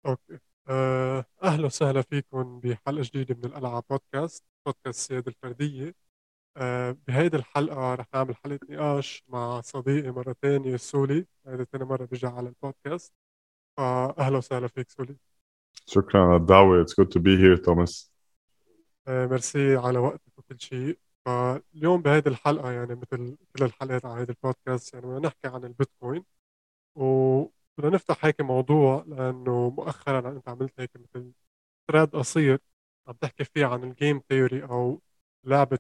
اوكي. اهلا وسهلا فيكم بحلقه جديده من الالعاب بودكاست السياده الفرديه. بهيدي الحلقه رح نعمل حلقه نقاش مع صديقي مره ثانيه سولي. هيدي ثاني مره بيجي على البودكاست. فاهلا وسهلا فيك سولي. شكرا على الدعوة. It's good to be here, Thomas. ميرسي على وقتك وكل شيء. فاليوم بهيدي الحلقه يعني مثل كل الحلقات على هيدي البودكاست يعني بدنا نحكي عن البيتكوين، وبدنا نفتح هيك موضوع لانه مؤخرا انت عملت هيك مثل ثريد قصير عم تحكي فيه عن الجيم ثيوري او لعبة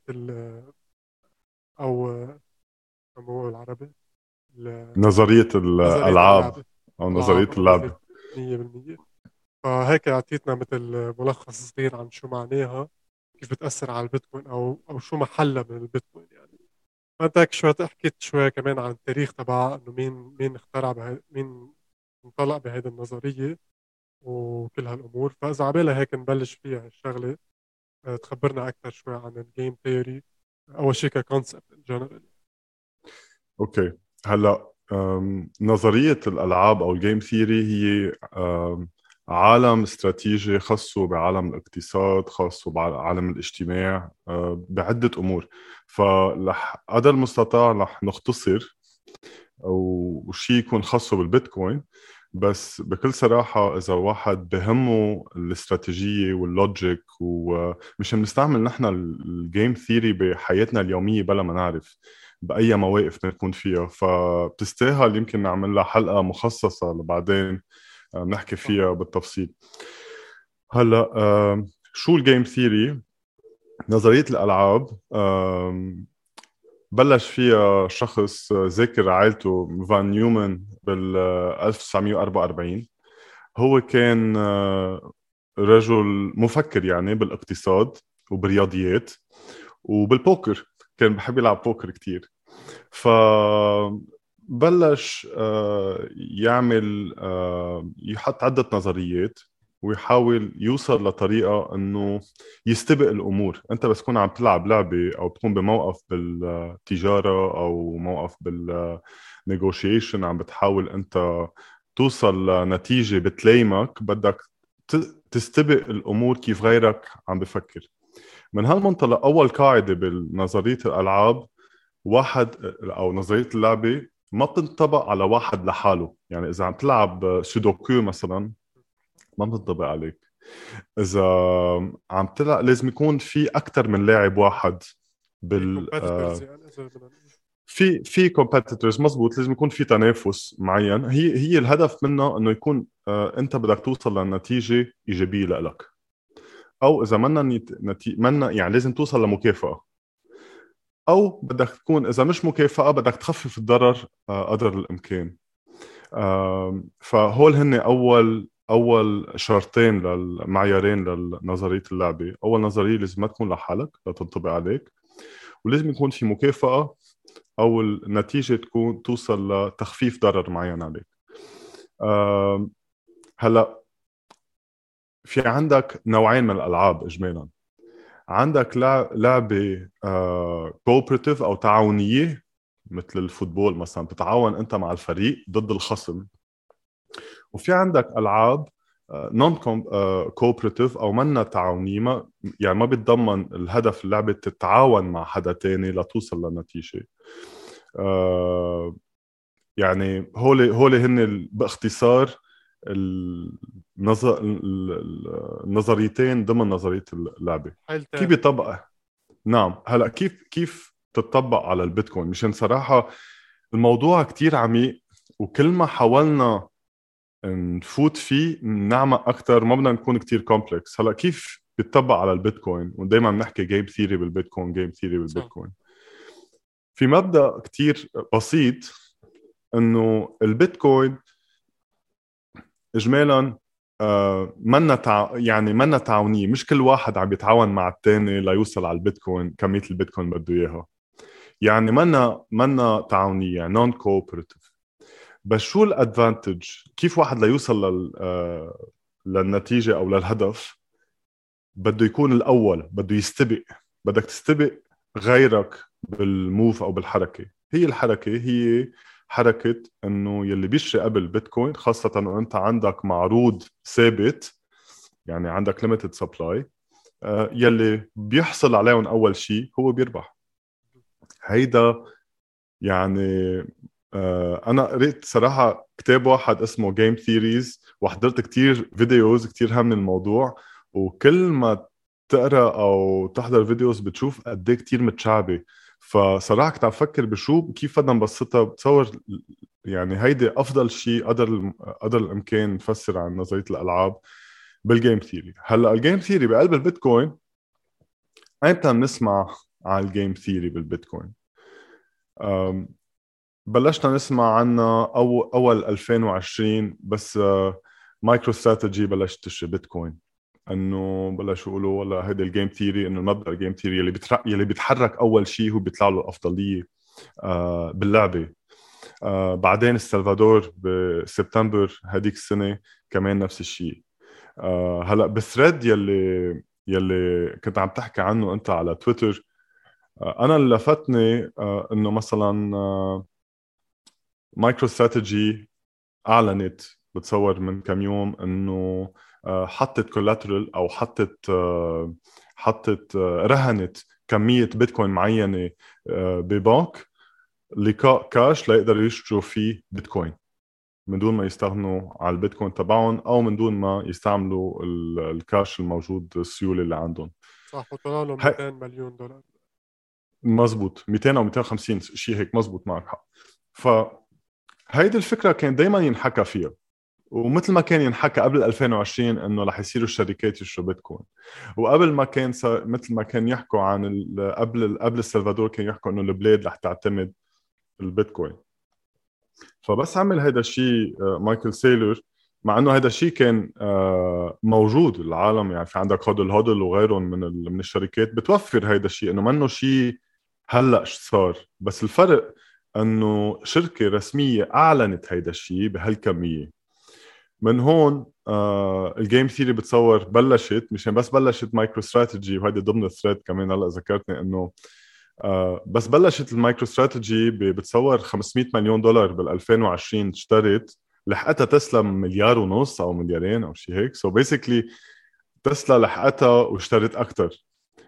او بسموه بالعربي نظرية نظرية الألعاب اللعبة. أو العاب نظرية اه اللعب. نظرية 100%. فهيك اعطيتنا مثل ملخص صغير عن شو معناها، كيف بتأثر على البيتكوين او شو محلها من البيتكوين يعني. فانت هيك شوي حكيت شوي كمان عن التاريخ تبعها، انه مين اخترع مين انطلق بهذه النظرية وكل هالامور. فاذا عبالها هيك نبلش فيها الشغلة. تخبرنا أكثر شوي عن الجيم ثيوري، أول شيء ككونسبت إن جنرال. أوكي. هلا نظرية الألعاب أو الجيم ثيوري هي عالم استراتيجي خاصه بعالم الاقتصاد، خاصه بعالم الاجتماع، بعدة أمور. فلح قدر المستطاع رح نختصر أو شيء يكون خاصه بالبيتكوين. بس بكل صراحة إذا واحد بهمه الاستراتيجية واللوجيك ومش بنستعمل نحن الجيم ثيري بحياتنا اليومية بلا ما نعرف بأي مواقف نكون فيها، فبتستاهل يمكن نعمل لها حلقة مخصصة لبعدين نحكي صح. فيها بالتفصيل. هلا شو الجيم ثيري؟ نظرية الألعاب بلش فيها شخص ذاكر عائلته فان نيومان بال 1944. هو كان رجل مفكر يعني بالاقتصاد وبالرياضيات وبالبوكر. كان بحب يلعب بوكر كتير. فبلش يعمل يحط عدة نظريات ويحاول يوصل لطريقة انه يستبق الامور. انت بس تكون عم تلعب لعبة او تكون بموقف بالتجارة او موقف بالنيغوشيشن عم بتحاول انت توصل لنتيجة بتلايمك، بدك تستبق الامور كيف غيرك عم بفكر. من هالمنطلق اول قاعدة بنظرية الالعاب، واحد او نظريه اللعبه ما بتنطبق على واحد لحاله. يعني اذا عم تلعب سودوكو مثلا ما بتنطبق عليك. اذا عم تلعب لازم يكون في اكثر من لاعب واحد في بال كومبيتيتورز يعني إذا بدنا نقول. في كومبيتيتورز. مزبوط، لازم يكون في تنافس معين. هي الهدف منه انه يكون انت بدك توصل لنتيجه ايجابيه لك، او اذا منا يعني لازم توصل لمكافاه، او بدك تكون اذا مش مكافاه بدك تخفف الضرر قدر الامكان. فهول هن اول شرطين للمعيارين لنظريه اللعبه. اول نظريه لازم ما تكون لحالك لا تنطبق عليك، ولازم يكون في مكافاه او النتيجه تكون توصل لتخفيف ضرر معين عليك. هلا في عندك نوعين من الالعاب اجمالا. عندك لعبه كوبراتيف او تعاونيه، مثل الفوتبول مثلا بتتعاون انت مع الفريق ضد الخصم. وفي عندك العاب نون كوبراتيف او منا تعاونيه، يعني ما بيتضمن الهدف اللعبه تتعاون مع حدا تاني لتوصل لنتيجه. آه، يعني هول هن باختصار النظريتين ضمن نظريه اللعبه. حل كيف تاني. بيطبق؟ نعم. هلا كيف تطبق على البيتكوين؟ مشان صراحه الموضوع كتير عميق، وكل ما حاولنا نفوت فيه نعمق اكثر ما بدنا نكون كتير كومبلكس. هلا كيف بيطبق على البيتكوين؟ ودائما بنحكي جيم ثيري بالبيتكوين، جيم ثيري صح. بالبيتكوين. في مبدأ كتير بسيط انه البيتكوين اجمالا يعني منا تعاونية. مش كل واحد عم يتعاون مع الثاني ليوصل على البيتكوين كمية البيتكوين بده اياها. يعني منا تعاونية، يعني نون كوبراتيف. بس شو الادفانتج؟ كيف واحد ليوصل للنتيجة او للهدف بده يكون الأول، بده يستبق. بدك تستبق غيرك بالموف أو بالحركة. هي الحركة هي حركة انه يلي بيشتري قبل بيتكوين، خاصة انه انت عندك معروض ثابت، يعني عندك limited supply، يلي بيحصل عليهم اول شيء هو بيربح. هيدا يعني انا قريت صراحة كتاب واحد اسمه جيم ثيريز، وحضرت كتير فيديوز كتير هم من الموضوع، وكل ما تقرا او تحضر فيديوز بتشوف قد ايه كتير متشعبه. فصراحة كنت عم فكر بشو كيف بدنا نبسطها. بتصور يعني هيدي افضل شيء قدر الامكان نفسر عن نظرية الالعاب بالجيم ثيري. هلا الجيم ثيري بقلب البيتكوين، ايمتى بنسمع عن الجيم ثيري بالبيتكوين؟ بلشنا نسمع عنها أول 2020 بس. مايكرو استراتيجي بلشت تشتري بيتكوين، انه بلشوا يقولوا والله هيدا الجيم ثيري، انه المبدا الجيم ثيري يلي بيتحرك اول شيء هو بيطلع له الافضليه باللعبه. بعدين السلفادور بسبتمبر هديك السنه كمان نفس الشيء. هلا بالثريد يلي كنت عم تحكي عنه انت على تويتر، انا اللي لفتني انه مثلا مايكرو استراتيجي اعلنت، بتصور من كم يوم، انه حطت كولاترال او حطت رهنت كميه بيتكوين معينه ببنك لقاء كاش ليقدروا يشتروا فيه بيتكوين من دون ما يستغنوا على البيتكوين تبعهم، او من دون ما يستعملوا الكاش الموجود السيوله اللي عندهم. صح، وطلع له 200 مليون دولار. مزبوط، 200 او 250 شيء هيك، مزبوط، معك حق. فهيدي الفكره كان دائما ينحكى فيها، ومثل ما كان ينحكى قبل 2020 انه رح يصيروا الشركات يشتروا بيتكوين، وقبل ما كان مثل ما كان يحكوا عن قبل السلفادور كان يحكوا انه البلاد رح تعتمد البيتكوين. فبس عمل هذا الشيء مايكل سايلور، مع انه هذا الشيء كان موجود العالم، يعني في عندك هودل وغيرهم من الشركات بتوفر هذا الشيء، انه منه شيء هلا صار. بس الفرق انه شركه رسميه اعلنت هذا الشيء بهالكميه. من هون الجيم ثيري بتصور بلشت، مشان بس بلشت مايكرو استراتيجي، وهيدي ضمن الثريد كمان هلا ذكرتني انه بس بلشت المايكرو استراتيجي بتصور 500 مليون دولار بال 2020 اشترت، لحقتها تسلا مليار ونص او مليارين او شيء هيك. سو بيسكلي تسلا لحقتها واشترت اكثر.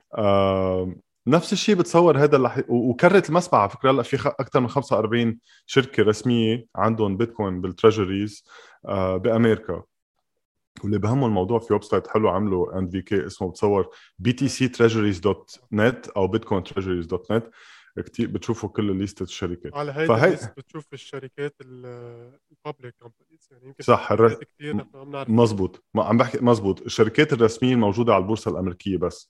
نفس الشيء بتصور هذا وكرت المسبح على فكره. هلا في اكثر من 45 شركه رسميه عندهم بيتكوين بالتريجريز بامريكا، واللي بهمه الموضوع في ويب سايت حلو عمله ان في كي اسمه بتصور btctreasuries.net او bitcointreasuries.net. كتير بتشوفوا كل ليستة الشركات. على هيدا فهي الليست بتشوف الشركات البابليك كومبانيز، يعني يمكن في صح شركات كتير نحن ما بنعرف عنها. مزبوط، ما عم بحكي مزبوط، الشركات الرسمية الموجودة على البورصة الأمريكية بس.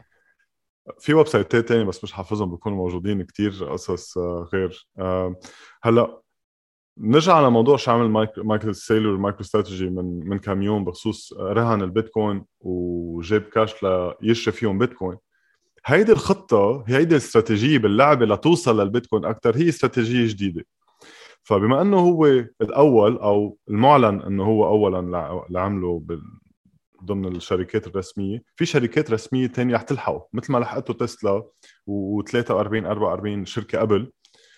في ويب سايتات تاني بس مش حافظهم بيكونوا موجودين كتير قصص غير. هلا نرجع على موضوع شو عمل مايكل سايلور مايكرو استراتيجي من كم يوم بخصوص رهن البيتكوين وجاب كاش ليشتري فيهم بيتكوين. هيدي الخطة، هيدي الاستراتيجية باللعبة لتوصل للبيتكوين أكتر، هي استراتيجية جديدة. فبما أنه هو الأول أو المعلن أنه هو أولا لعمله ضمن الشركات الرسمية، في شركات رسمية تانية رح تلحقه مثل ما لحقته تسلا و43 44 شركة قبل،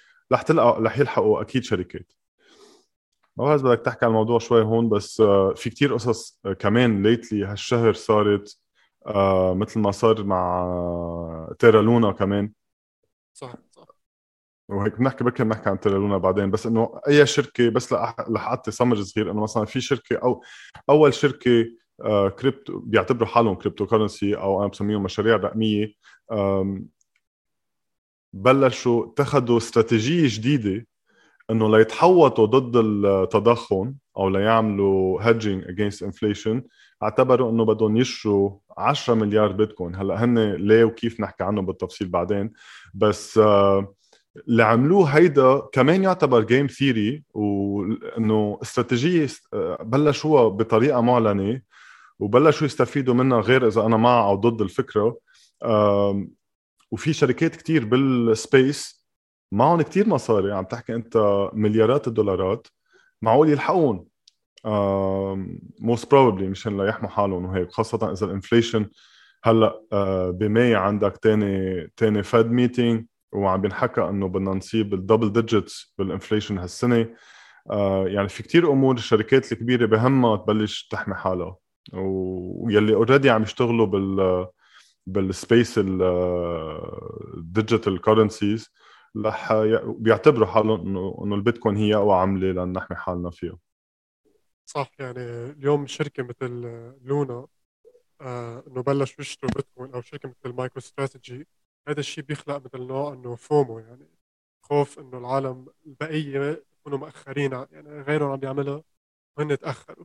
رح يلحقوا أكيد شركات. ما بعرف بدك تحكي عن الموضوع شوي هون، بس في كتير قصص كمان ليتلي هالشهر صارت، مثل ما صار مع تيرا لونا كمان. صح صح. وهيك بنحكي عن تيرا لونا بعدين. بس انه اي شركه، بس لحقت سمر صغير، انه مثلا في شركه او اول شركه كريبتو بيعتبروا حالهم كريبتو كرنسي، او انا بسميهم مشاريع رقميه، بلشوا اتخذوا استراتيجيه جديده انه ليتحوطوا ضد التضخم او ليعملوا hedging against inflation. اعتبروا انه بدهم يشروا 10 مليار بيتكوين. هلا هن ليه وكيف نحكي عنهم بالتفصيل بعدين، بس اللي عملوه هيدا كمان يعتبر جيم ثيري، وانه استراتيجيه بلشوها بطريقه معلنه وبلشوا يستفيدوا منها غير اذا انا مع او ضد الفكره. وفي شركات كتير بالسبيس معهم كتير مصاري، عم تحكي انت مليارات الدولارات، معقول يلحقون most probably مشان لا يحموا حالهم وهيك، خاصة إذا الانفليشن هلا بماي عندك تاني فد ميتينج، وعم بينحكى انه بدنا نصيب الدبل ديجيتس بالانفليشن هالسنه. يعني في كتير امور الشركات الكبيره بهمها تبلش تحمي حالها، ويلي اوريدي عم يشتغلوا بالسبيس الديجيتال كورنسيز رح بيعتبروا حالهم انه البيتكوين هي اقوى عمله لنحمي حالنا فيها. صح. يعني اليوم شركة مثل لونا انه بلشوا يشتروا بيتكوين، او شركة مثل مايكرو استراتيجي، هذا الشيء بيخلق مثل نوع انه فومو، يعني خوف انه العالم البقية يكونوا مأخرين يعني غيرهم عم يعملها وهن تأخروا.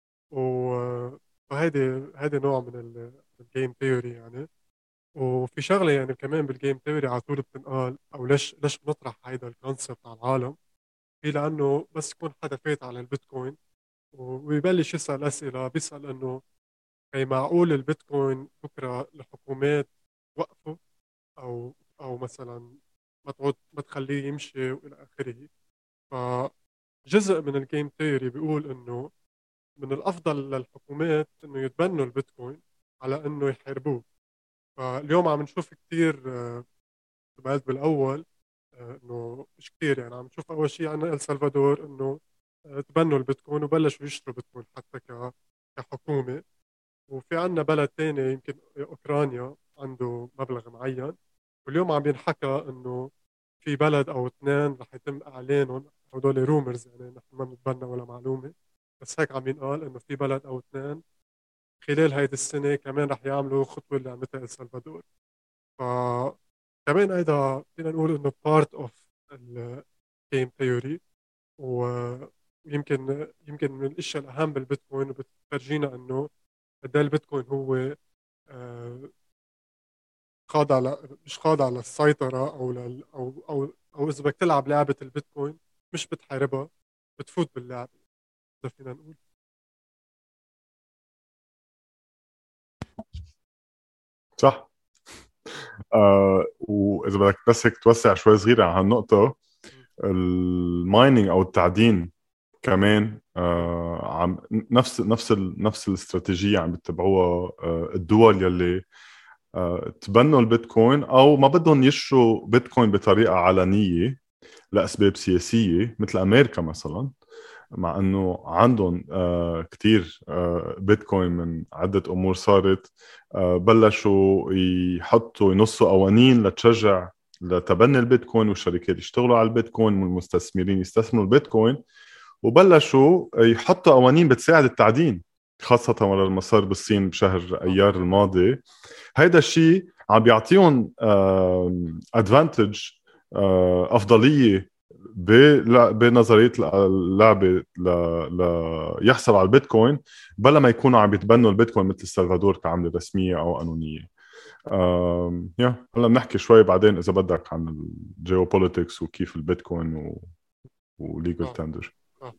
فهيدي نوع من الجيم ثيوري يعني. وفي شغله يعني كمان بالجيم ثيوري على طول بتنقال، او ليش بنطرح هيدا الكونسبت على العالم، هي لانه بس يكون حدا فات على البيتكوين ويبلش يسال اسئله، بيسال انه هي معقول البيتكوين بكره الحكومات توقفه، او مثلا ما تخليه يمشي والى اخره. فجزء من الجيم ثيوري بيقول انه من الافضل للحكومات انه يتبنوا البيتكوين على انه يحاربوه. فاليوم عم نشوف كثير، سمعت بالاول انه مش كثير، يعني عم نشوف اول شيء عندنا السلفادور انه تبنوا البيتكوين وبلشوا يشتروا بيتكوين حتى كحكومه. وفي عندنا بلد تاني يمكن اوكرانيا عنده مبلغ معين، واليوم عم ينحكى انه في بلد او اثنين رح يتم اعلانهم. هدول رومرز يعني، نحن ما بنتبنى ولا معلومه، بس هيك عم ينقال انه في بلد او اثنين خلال هيدي السنه كمان رح يعملوا خطوه اللي عملتها السلفادور. ف كمان هيدا فينا نقول انه بارت اوف الجيم ثيوري. ويمكن من الاشياء الاهم بالبيتكوين، وبتفرجينا انه قد ايه البيتكوين هو آه، خاضع مش خاضع للسيطره، او اذا بدك تلعب لعبه البيتكوين مش بتحاربها، بتفوت باللعبه، اذا فينا نقول. صح. واذا بدك بس هيك توسع شوي صغيره على هالنقطه، المايننج او التعدين كمان عم نفس الاستراتيجيه عم بيتبعوها الدول يلي تبنوا البيتكوين او ما بدهم يشروا بيتكوين بطريقه علنيه لاسباب سياسيه، مثل امريكا مثلا. مع انه عندهم كتير بيتكوين من عده امور صارت، بلشوا يحطوا ينصوا قوانين لتشجع لتبني البيتكوين، والشركات يشتغلوا على البيتكوين والمستثمرين يستثمروا البيتكوين، وبلشوا يحطوا قوانين بتساعد التعدين، خاصة ورا المسار بالصين بشهر أيار الماضي. هيدا الشيء عم بيعطيهم ادفانتج، أفضلية بنظرية اللعبة يحصل على البيتكوين، بلا ما يكونوا عم يتبنوا البيتكوين مثل السلفادور كعملة رسمية أو قانونية. هلا بنحكي شوي بعدين إذا بدك عن الجيوبوليتكس وكيف البيتكوين وليجل اه تندر. اه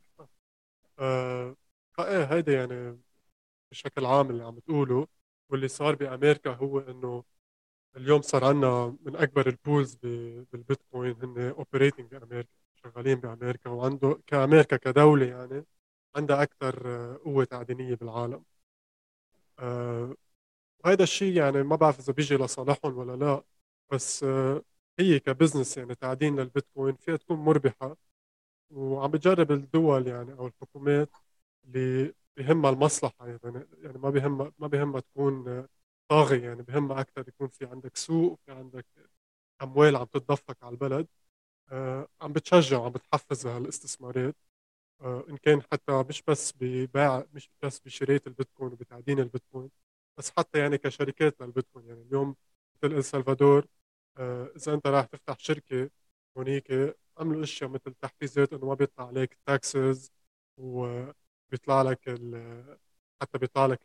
فايه هيدا يعني بشكل عام اللي عم تقوله. واللي صار بامريكا هو انه اليوم صار عندنا من اكبر البولز بالبيتكوين هن اوبريتنج بامريكا، شغالين بامريكا، وعنده كامريكا كدوله يعني عندها اكثر قوه تعدينيه بالعالم. آه، وهذا الشيء يعني ما بعرف اذا بيجي لصالحهم ولا لا، بس هي كبزنس يعني تعدين للبيتكوين فيها تكون مربحه. وعم بتجرب الدول يعني او الحكومات اللي بهمها المصلحه، يعني ما بهمها تكون طاغي، يعني بهمها اكثر يكون في عندك سوق وفي عندك اموال عم تتدفق على البلد. عم بتشجع وعم بتحفز هالاستثمارات، ان كان حتى مش بس بشراء البيتكوين وبتعدين البيتكوين، بس حتى يعني كشركات للبيتكوين. يعني اليوم مثل السلفادور، اذا انت راح تفتح شركه هونيك، عملوا اشياء مثل تحفيزات انه ما بيطلع عليك تاكسز، وبيطلع لك حتى بيطلع لك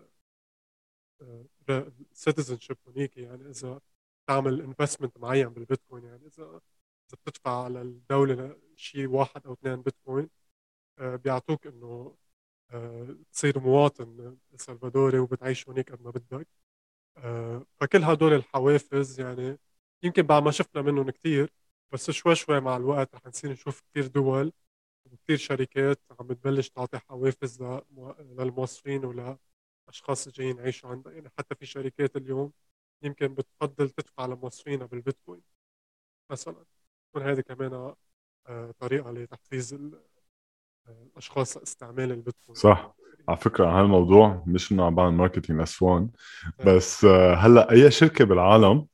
السيتيزن شيب هونيك. يعني اذا تعمل انفستمنت معين بالبيتكوين، يعني اذا بتدفع على الدوله شيء واحد او اثنين بيتكوين، بيعطوك انه تصير مواطن سلفادوري وبتعيش هونيك قد ما بدك. فكل هدول الحوافز يعني يمكن بعد ما شفنا منهم كتير، بس شوي شوي مع الوقت رح نصير نشوف كتير دول وكتير شركات عم بتبلش تعطي حوافز للموظفين ولأشخاص جايين يعيشوا عندها. يعني حتى في شركات اليوم يمكن بتفضل تدفع لموظفينها بالبيتكوين. مثلا. تكون هذه كمان طريقة لتحفيز الأشخاص لاستعمال البيتكوين. صح. على فكرة عن هالموضوع، مش انه عم بعمل ماركتينج لسوان، آه، بس هلا اي شركة بالعالم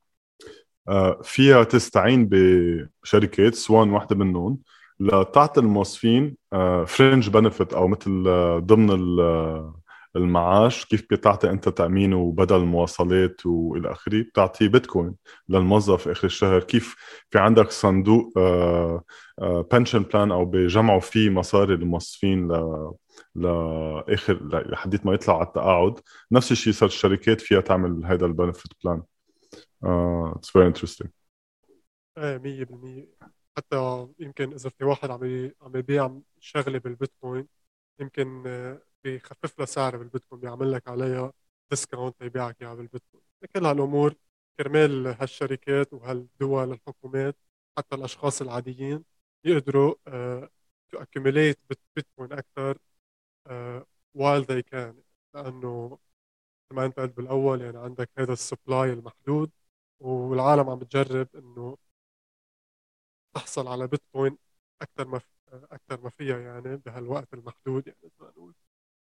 فيها تستعين بشركات، سوان واحدة منهم، لتعطي الموظفين فرنج بنفيت، او مثل ضمن المعاش، كيف بتعطي انت تأمين وبدل المواصلات والى اخره، بتعطيه بيتكوين للموظف اخر الشهر. كيف في عندك صندوق بنشن بلان، او بجمعوا فيه مصاري الموظفين لاخر لحديت ما يطلعوا على التقاعد، نفس الشيء صار الشركات فيها تعمل هذا البنفيت بلان. it's very interesting. 100%. حتى يمكن إذا في واحد عم يبيع شغلة بالبيتكوين، يمكن بيخفف له سعر بالبيتكوين، بيعمل لك عليها ديسكاونت يبيعك اياها بالبيتكوين. كل هالامور كرمال هالشركات وهالدول الحكومات، حتى الاشخاص العاديين يقدروا to accumulate بيتكوين اكثر while they can. لانه مثل ما انت قلت بالاول، يعني عندك هذا السبلاي المحدود، والعالم عم بتجرب انه تحصل على بيتكوين اكثر ما فيها، يعني بهالوقت المحدود، يعني مثل ما نقول.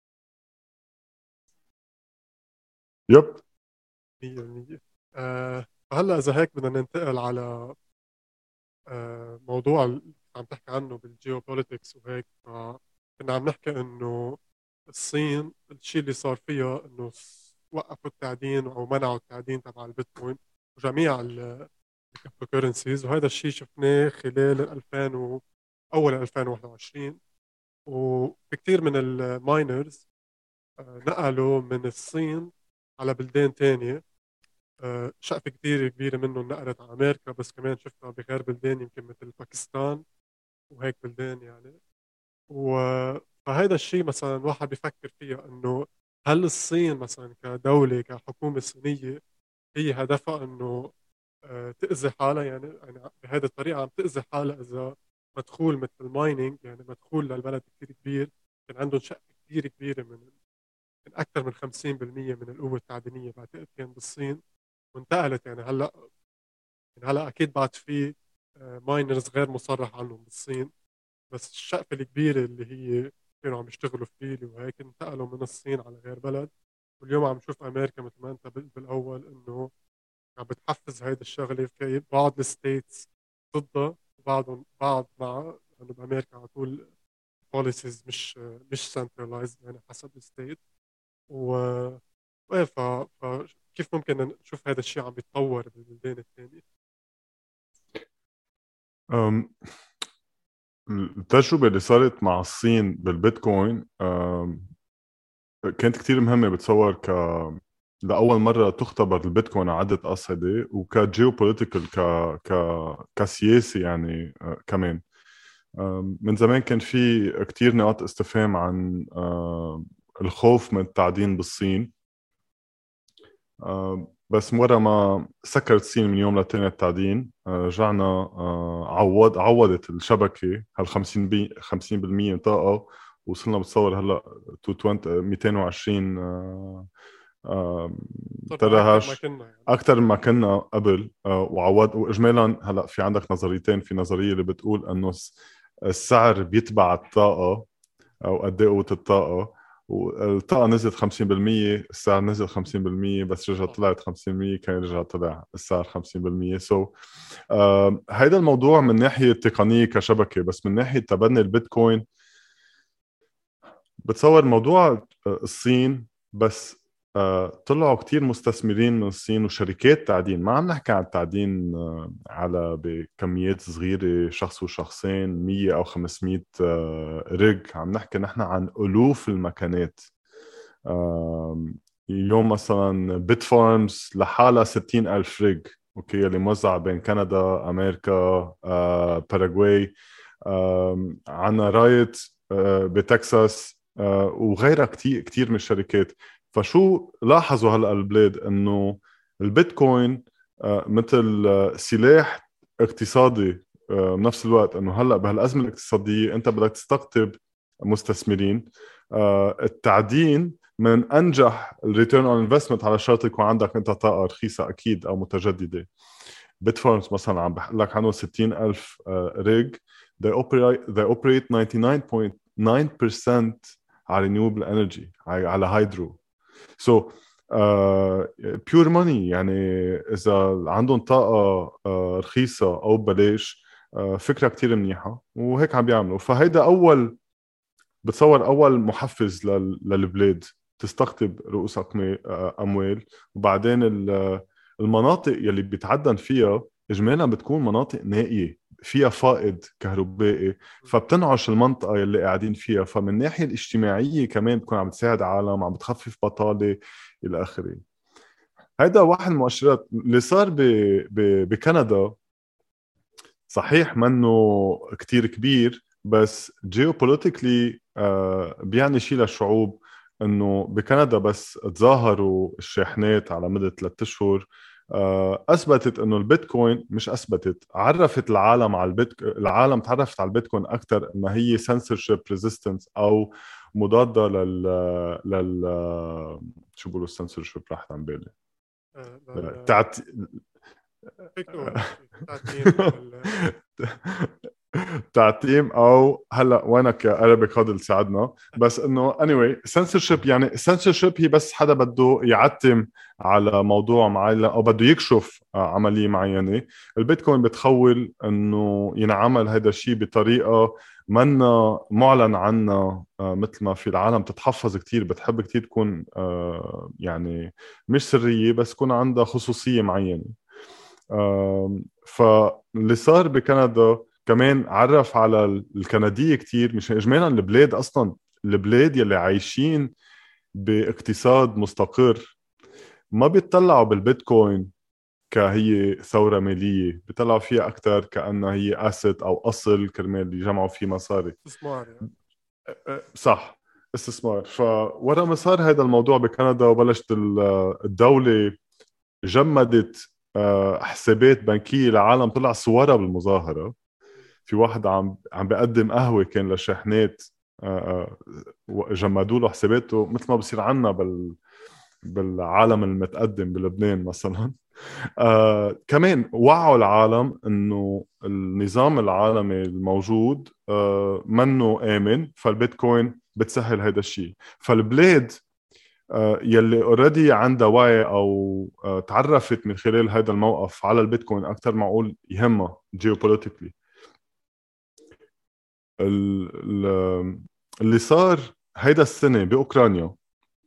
يب. 100%. فهلا إذا هيك بدنا ننتقل على موضوع اللي عم تحكي عنه بالجيوبوليتكس وهيك. فكنا عم نحكي إنه الصين الشيء اللي صار فيها إنه وقفوا التعدين أو منعوا التعدين تبع البيتكوين وجميع الكريبتو كورنسيز. وهذا الشيء شفناه خلال 2000 أول 2021. وفي كثير من الماينرز نقلوا من الصين على بلدان تانية. شقفة كتير كبيرة منه نقلت على أمريكا، بس كمان شفتها بغير بلدان يمكن مثل باكستان وهيك بلدان يعني. و... فهذا الشيء مثلا الواحد بيفكر فيها إنه هل الصين مثلا كدولة كحكومة صينية هي هدفها إنه تأذي حالها، يعني بهذه الطريقة عم تأذي حالها إذا مدخول مثل المايننج، يعني مدخول للبلد كتير كبير. كان عندهم شقة كتير كبيرة من أكثر من 50% من القوة التعدينية بعتقد كان بالصين، وانتقلت. يعني هلا اكيد بعد في ماينرز غير مصرح عنهم بالصين، بس الشقفه الكبيره اللي هي كانوا عم يشتغلوا فيه وهيك انتقلوا من الصين على غير بلد. واليوم عم نشوف امريكا مثل ما انت قلت بالاول انه عم بتحفز هيدي الشغله. في بعض الستيتس ضدها بعض مع، لانه بامريكا على طول بوليسيز مش سنترلايزد يعني حسب الستيت. و إيه، فكيف ممكن نشوف هذا الشيء عم يتطور بالبلدان الثانيه؟ أم، التجربة اللي صارت مع الصين بالبيتكوين كانت كتير مهمة. بتصور لأول مرة تختبر البيتكوين على عدة أصعدة، وكجيوبوليتيكال كسياسي يعني كمان. من زمان كان في كتير نقاط استفهام عن الخوف من التعدين بالصين. بس مرة ما سكرت الصين من يوم للتاني التعدين، رجعنا عوضت الشبكة هال 50% طاقة. وصلنا بتصور هلا تو 220 صرنا ترى اكثر ما هاش كنا يعني. اكثر ما كنا قبل. وعوض. واجمالا هلا في عندك نظريتين. في نظريه اللي بتقول انه السعر بيتبع الطاقه، او قد ايه قوه الطاقه. والطاقه نزلت 50%، السعر نزل 50%، بس رجع صح. طلعت 50%، كان رجع طلع السعر 50%. هيدا الموضوع من ناحيه تقنيه كشبكه. بس من ناحيه تبني البيتكوين، بتصور موضوع الصين بس. طلعوا كتير مستثمرين من الصين وشركات تعدين. ما عم نحكي عن تعدين على بكميات صغيرة، شخص وشخصين، 100 أو 500 رج. عم نحكي نحن عن ألوف المكانات. اليوم مثلا بيت فارمز لحالها 60 ألف رج، أوكي، اللي موزعة بين كندا، أمريكا، باراغواي. عنا رايت بتكساس، وغيرها كتير كتير من الشركات. فشو لاحظوا هلا البلاد؟ انه البيتكوين مثل سلاح اقتصادي بنفس الوقت. انه هلا بهالازمه الاقتصاديه انت بدك تستقطب مستثمرين. التعدين من انجح الريتيرن اون انفستمنت، على شرط يكون عندك انت طاقه رخيصه اكيد او متجدده. بيتفارمز مثلا عم بحكي لك عنه 60,000 ريج. they operate 99.9% على renewable energy، على هيدرو. so pure money. يعني إذا عندهم طاقة رخيصة أو ببلاش، فكرة كتير منيحة، وهيك عم بيعملوا. فهيدا بتصور أول محفز للبلاد تستقطب رؤوس أموال. وبعدين المناطق يلي بيتعدن فيها إجمالا بتكون مناطق نائية فيها فائض كهربائي، فبتنعش المنطقة يلي قاعدين فيها. فمن الناحية الاجتماعية كمان بتكون عم بتساعد عالم، عم بتخفف بطالة إلى آخره. هيدا واحد من المؤشرات اللي صار بكندا. صحيح منه كتير كبير، بس جيوبوليتيكلي بيعني شيء للشعوب. انه بكندا بس تظاهروا الشاحنات على مدى 3 اشهر، اثبتت انه البيتكوين، مش اثبتت، عرفت العالم على العالم تعرفت على البيتكوين اكثر انها هي censorship resistance، او مضاده لل شو بيقولوا censorship، راحت عن بالي. تعت... فيك تقول شيء تعتيم او تعتيم، او هلا وينك يا Arabic هذا اللي ساعدنا. بس انه anyway censorship، يعني censorship هي بس حدا بده يعتم على موضوع معين او بده يكشف عمليه معينه. البيتكوين بتخول انه ينعمل هذا الشيء بطريقه منا معلن عنها، مثل ما في العالم تتحفظ كتير، بتحب كتير تكون يعني مش سريه، بس تكون عندها خصوصيه معينه. فاللي صار بكندا كمان عرف على الكندية كتير، مش إجمالا البلاد أصلا، البلاد يلي عايشين باقتصاد مستقر ما بيطلعوا بالبيتكوين كهي ثورة مالية، بيطلعوا فيها أكتر كأنها هي أسد أو أصل كرمال يجمعوا فيه مصاري. استثمار يعني. صح، استثمار. فورا ما صار هذا الموضوع بكندا وبلشت الدولة جمدت حسابات بنكية لعالم طلع صورها بالمظاهرة. في واحد عم بيقدم قهوة كان للشاحنات، جمدوا له حساباته مثل ما بصير عنا بالعالم المتقدم بلبنان مثلا. كمان وعوا العالم انه النظام العالمي الموجود منه آمن، فالبيتكوين بتسهل هذا الشيء. فالبلاد يلي اوريدي عندها وعي او تعرفت من خلال هذا الموقف على البيتكوين اكثر، معقول يهمها جيوبوليتيكلي. اللي صار هيدا السنة بأوكرانيا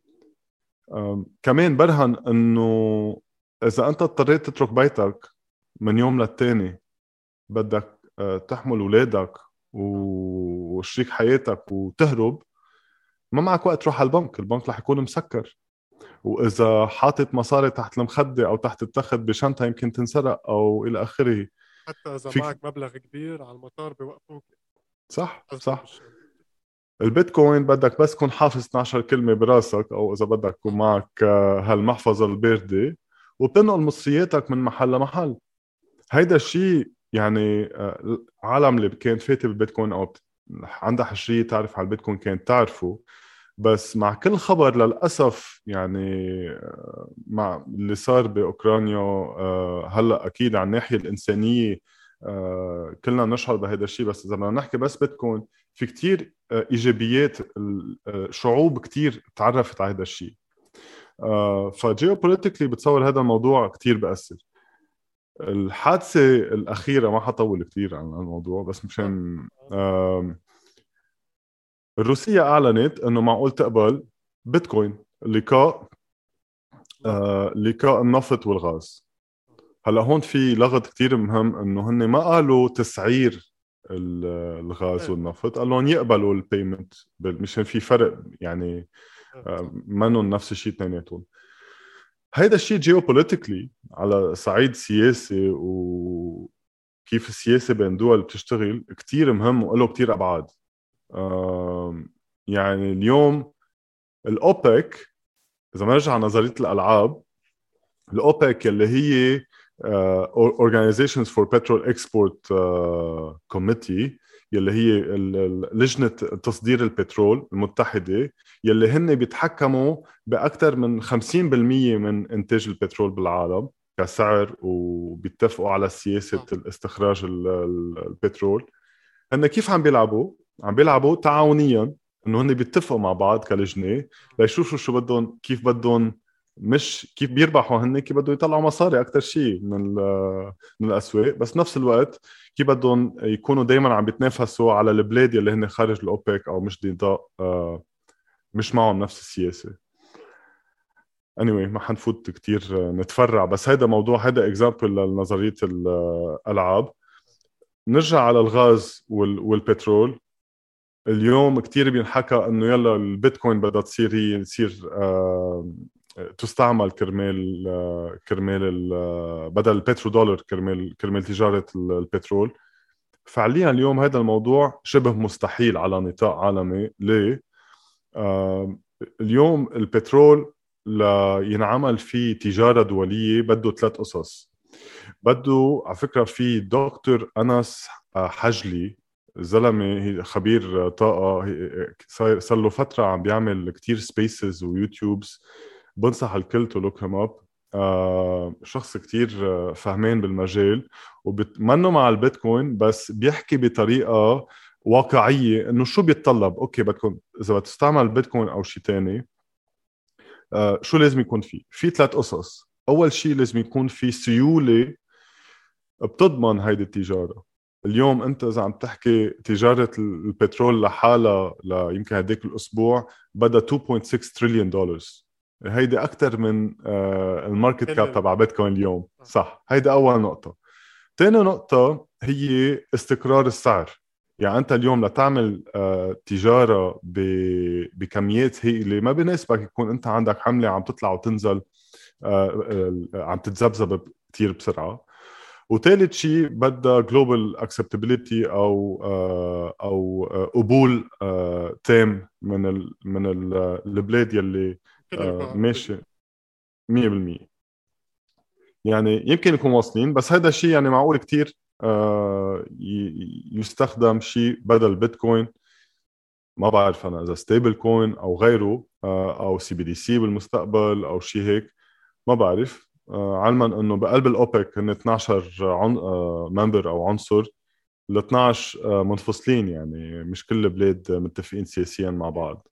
كمان برهن انه اذا انت اضطريت تترك بيتك من يوم للتاني، بدك تحمل اولادك وشريك حياتك وتهرب، ما معك وقت تروح على البنك رح يكون مسكر. واذا حاطط مصاري تحت المخدة او تحت التخت بشنطة يمكن تنسرق او الى اخره. حتى اذا فيك معك مبلغ كبير على المطار بيوقفوك. صح أزمة صح. بالشنطة. البيتكوين بدك بس تكون حافظ 12 كلمة براسك، او اذا بدك يكون معك هالمحفظة الباردة، وبتنقل مصرياتك من محل لمحل. هيدا الشيء يعني عالم اللي كانت فاتة بالبيتكوين او عندها حشرية تعرف على البيتكوين كانت تعرفه. بس مع كل خبر للأسف يعني مع اللي صار بأوكرانيا هلأ أكيد على الناحية الإنسانية كلنا نشعر بهذا الشيء. بس إذا بدنا نحكي بس بيتكوين، في كتير إيجابيات. شعوب كتير تعرفت على هذا الشيء. فجيوبوليتيكلي بتصور هذا الموضوع كتير بأثر. الحادثة الأخيرة ما حطول كتير عن الموضوع، بس مشان الروسية أعلنت أنه معقول تقبل بيتكوين لقاء النفط والغاز. هلا هون في لغط كتير مهم، انه هن ما قالوا تسعير الغاز والنفط، قالوا يقبلوا البيمنت مشان في فرق يعني منهم نفس الشيء اثنيناتهم. هيدا الشيء جيوبوليتيكلي على صعيد سياسي وكيف السياسة بين دول بتشتغل كتير مهم وله كتير أبعاد. يعني اليوم الأوبك، إذا ما نرجع نظرية الألعاب، الأوبك اللي هي Organizations for Petrol Export Committee، يلي هي لجنة تصدير البترول المتحدة، يلي هن بيتحكموا بأكثر من 50% من إنتاج البترول بالعالم. كسعر وبيتفقوا على سياسة صح. الاستخراج البترول. هن كيف عم بيلعبوا؟ عم بيلعبوا تعاونيا، انه هن بيتفقوا مع بعض كلجنة ليشوفوا شو بدهم، كيف بدهم، مش كيف بيربحوا هن، كيف بدهم يطلعوا مصاري اكثر شيء من الاسواق، بس نفس الوقت كيف بدهم يكونوا دائما عم بيتنافسوا على البلاد اللي هن خارج الاوبك او مش نظام مش معهم نفس السياسة. anyway ما حنفوت كتير نتفرع، بس هذا موضوع، هذا اكزامبل لنظرية الألعاب. نرجع على الغاز والبترول. اليوم كتير بينحكى انه يلا البيتكوين بدها تصير تستعمل كرمال بدل البترو دولار كرمال تجارة البترول. فعليا اليوم هذا الموضوع شبه مستحيل على نطاق عالمي. ليه؟ اليوم البترول لينعمل فيه تجارة دولية بده 3 قصص. بده على فكرة في دكتور أنس حجلي، زلمة خبير طاقة، صار له فترة عم بيعمل كتير سبيسز ويوتيوبز، بنصح الكل تو لوك هيم اب. شخص كتير فهمان بالمجال، ومنه مع البيتكوين بس بيحكي بطريقة واقعية انه شو بيتطلب. اوكي بدكم اذا بتستعمل البيتكوين او شيء تاني، شو لازم يكون فيه؟ في 3 قصص. اول شيء لازم يكون في سيولة بتضمن هيدي التجارة. اليوم انت اذا عم تحكي تجارة البترول لحالها يمكن هديك الاسبوع بدها 2.6 تريليون دولار. هيدي اكثر من الماركت كل كاب تبع بيتكوين اليوم. آه. صح، هيدي اول نقطة. تاني نقطة هي استقرار السعر. يعني انت اليوم لتعمل تجارة بكميات هائلة ما بيناسبك يكون انت عندك حملة عم تطلع وتنزل، عم تتذبذب كتير بسرعة. وثالث شيء بدها جلوبال اكسبتابيليتي او قبول تام من البلاد يلي كل ماشي 100%. يعني يمكن يكون واصلين، بس هذا الشيء يعني معقول كتير يستخدم شيء بدل بيتكوين. ما بعرف انا اذا ستيبل كوين او غيره، او سي بي دي سي بالمستقبل او شيء هيك، ما بعرف. علما انه بقلب الاوبك هن 12 ممبر او عنصر، ال 12 منفصلين، يعني مش كل البلاد متفقين سياسيا مع بعض.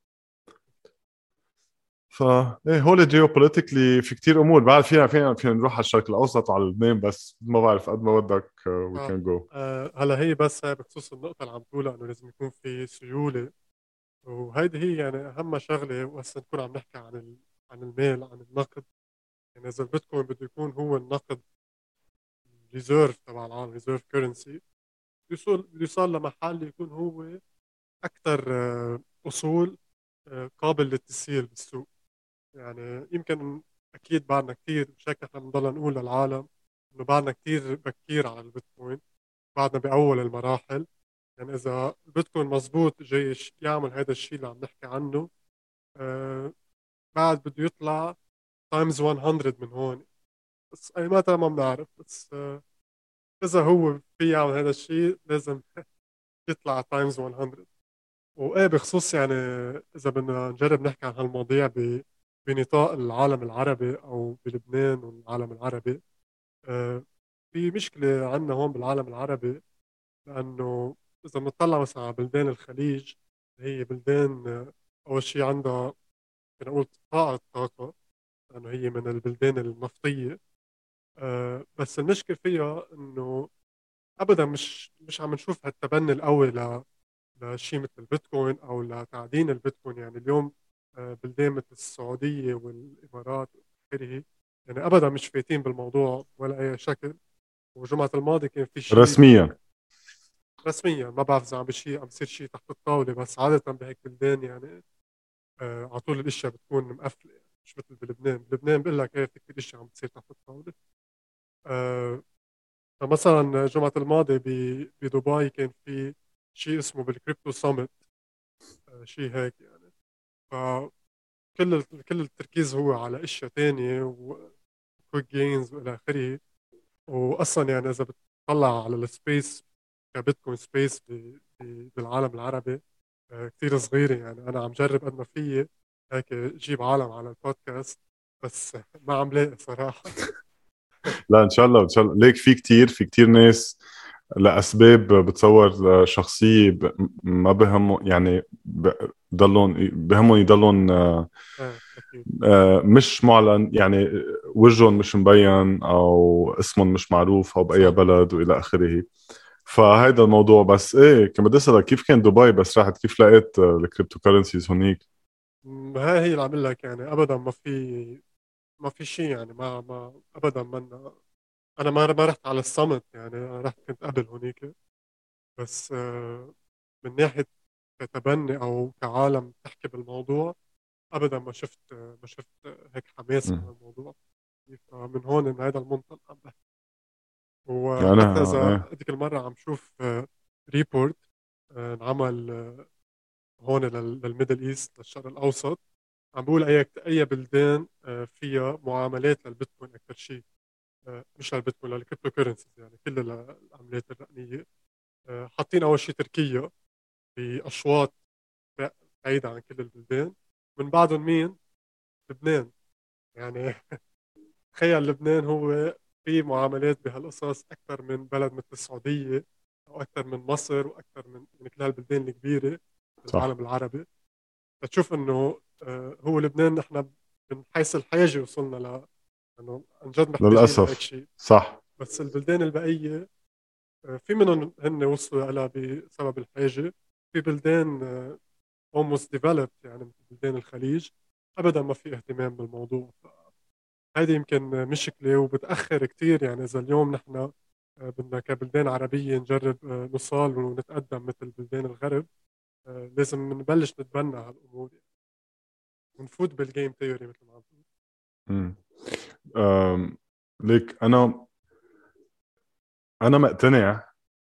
فا ايه هول جيوبوليتيكلي في كتير امور بعرف فينا نروح على الشرق الاوسط وعلى لبنان، بس ما بعرف قد ما بدك وي صح. كان جو. هلا هي بس هي بخصوص النقطة اللي عم تقولها إنه لازم يكون في سيولة، وهيدي هي يعني أهم شغلة. وهسا نكون عم نحكي عن عن المال، عن النقد. يعني إذا البيتكوين بده يكون هو النقد، ريزيرف تبع العالم، ريزيرف كرنسي، بده يوصل لمحل يكون هو أكثر أصول قابل للتسيير بالسوق. يعني يمكن أكيد بعدنا كثير، مش هيك نحن بنضل نقول للعالم إنه بعدنا كثير بكير على البيتكوين، بعدنا بأول المراحل. يعني إذا البيتكوين مزبوط جاي يعمل هذا الشيء اللي عم نحكي عنه، آه بعد بده يطلع تايمز 100 من هون. بس أي متى ما بنعرف، بس إذا هو في يعمل هذا الشيء لازم يطلع تايمز 100. وإيه بخصوص يعني إذا بدنا نجرب نحكي عن هالمواضيع بنطاق العالم العربي أو بلبنان والعالم العربي، آه في مشكلة عندنا هون بالعالم العربي. لأنه إذا بنطلع مثلا على بلدان الخليج، هي بلدان أول شيء عندها فينا نقول قطاع الطاقة، لأنه هي من البلدان النفطية. بس المشكلة فيها إنه أبدا مش عم نشوف هالتبني القوي لشيء مثل البيتكوين أو لتعدين البيتكوين. يعني اليوم بلدان مثل السعودية والإمارات وآخره يعني أبدا مش فايتين بالموضوع ولا أي شكل. وجمعة الماضي كان في شيء رسميا. رسميا، ما بعرف إذا عم بيصير شيء تحت الطاولة، بس عادة بهيك بلدان يعني على طول الاشياء بتكون مقفله. يعني مش مثل بلبنان. بلبنان بقول لك ايه، في كل شيء عم بتصير تحت الطاوله. آه فمثلا جمعه الماضي بدبي كان في شيء اسمه بالكريبتو سامت، شيء هيك يعني. كل التركيز هو على اشياء تانية وكويك جينز والى اخره. واصلا يعني اذا بتطلع على السبيس كبيتكوين سبيس بالعالم العربي، كثير صغيرة. يعني أنا عم جرب قد ما فيي هيك جيب عالم على البودكاست، بس ما عم لاقي صراحة. لا ان شاء الله ان شاء الله. ليك في كتير ناس لاسباب بتصور شخصيه ما بهم يعني بهمهم يضلون اكيد. مش معلن يعني، وجههم مش مبين او اسمهم مش معروف او باي صح. بلد والى اخره. فهيدا الموضوع. بس ايه كنت بدي اسالك كيف كان دبي بس رحت، كيف لقيت الكريبتو كرنسيز هونيك؟ هاي هي اللي عم لك يعني ابدا ما في شيء يعني ما ابدا انا ما رحت على الصمت يعني، أنا رحت كنت قبل هونيك. بس من ناحيه كتبني او كعالم تحكي بالموضوع، ابدا ما شفت هيك حماس مم. على الموضوع. فمن هون من هذا المنطلق عم بحكي. يعني انا وحتى اذا ايه. هذيك المره عم شوف ريبورت انعمل هون للميدل ايست، للشرق الاوسط، عم بقول اي بلدان فيها معاملات للبيتكوين اكثر شيء. مش للبيتكوين، للكريبتو كورنسيز يعني كل العملات الرقميه. حاطين اول شيء تركيا باشواط بعيده عن كل البلدان. من بعدهم مين؟ لبنان يعني. تخيل لبنان هو في معاملات بهالقصص اكثر من بلد مثل السعوديه، او اكثر من مصر، واكثر من يعني كل هالبلدان الكبيره صح. بالعالم العربي. فتشوف انه هو لبنان نحن من حيث الحاجه وصلنا انه عن جد محتاجين لهيك للاسف. شيء. صح. بس البلدان البقيه في منهم هن وصلوا لها بسبب الحاجه. في بلدان almost developed يعني مثل بلدان الخليج ابدا ما في اهتمام بالموضوع. هذه يمكن مشكله وبتاخر كثير يعني. اذا اليوم نحن بدنا كبلدان عربيه نجرب نوصل ونتقدم مثل بلدان الغرب، لازم نبلش نتبنى هالامور يعني، ونفوت بالجيم ثيوري مثل ما عم تقول. مم. أم، ليك انا مقتنع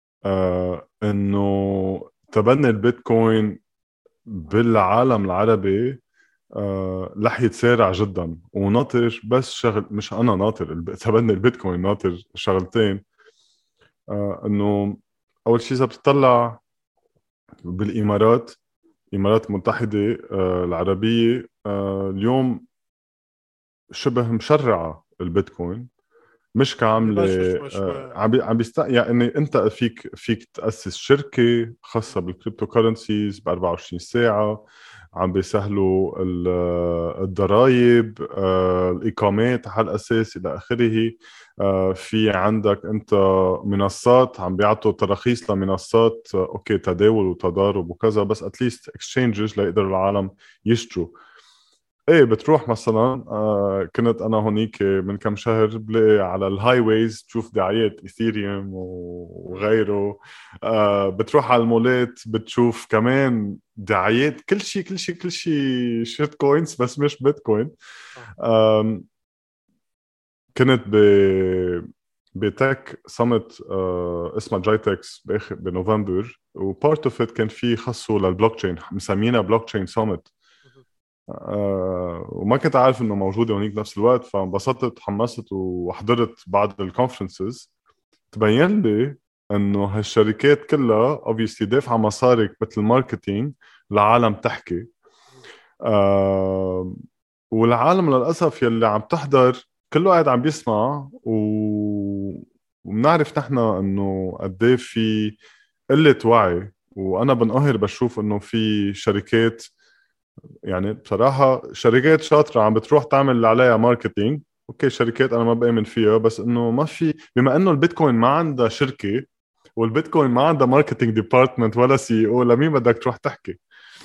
انه تبني البيتكوين بالعالم العربي رح يتسارع جدا وناطر. بس شغل، مش انا ناطر تبني البيتكوين، ناطر شغلتين. انه اول شيء اذا بتطلع بالامارات، الامارات المتحده العربيه اليوم شبه مشرعه البيتكوين، مش عم كعامله. ببلشوا شوي شوي. يعني انت فيك تاسس شركه خاصه بالكريبتو كرنسيز ب 24 ساعه. عم بيسهلوا الضرائب، الاقامات على الاساس الى اخره. في عندك انت منصات عم بيعطوا تراخيص لمنصات، اوكي تداول وتضارب وكذا، بس اتليست اكسشينجز ليقدروا العالم يشتروا. ايه بتروح مثلا كنت انا هونيك من كم شهر بلاقي على الهاي ويز تشوف دعايات ايثيريوم وغيره. بتروح على المولات بتشوف كمان دعايات كل شيء كل شيء كل شيء شيت كوينز بس مش بيتكوين. صح. آم، كنت بتك صمت اسمها جايتكس بنوفمبر، وبارت اوف ات كان في خصه للبلوك تشين، مسمينها بلوك تشين صمت. وما كنت عارف انه موجوده هونيك بنفس الوقت، فانبسطت تحمست وحضرت بعض الكونفرنسز. تبين لي انه هالشركات كلها obviously دافعه مصاري مثل ماركتينج لعالم تحكي. آه والعالم للاسف يلي عم تحضر كله قاعد عم بيسمع وبنعرف نحن انه قد ايه في قله وعي. وانا بنقهر بشوف انه في شركات، يعني بصراحة شركات شاطرة عم بتروح تعمل اللي عليها ماركتينج. اوكي شركات انا ما بآمن فيها، بس انه ما في، بما انه البيتكوين ما عندها شركة والبيتكوين ما عندها ماركتينج ديبارتمنت ولا سي او، لمين بدك تروح تحكي؟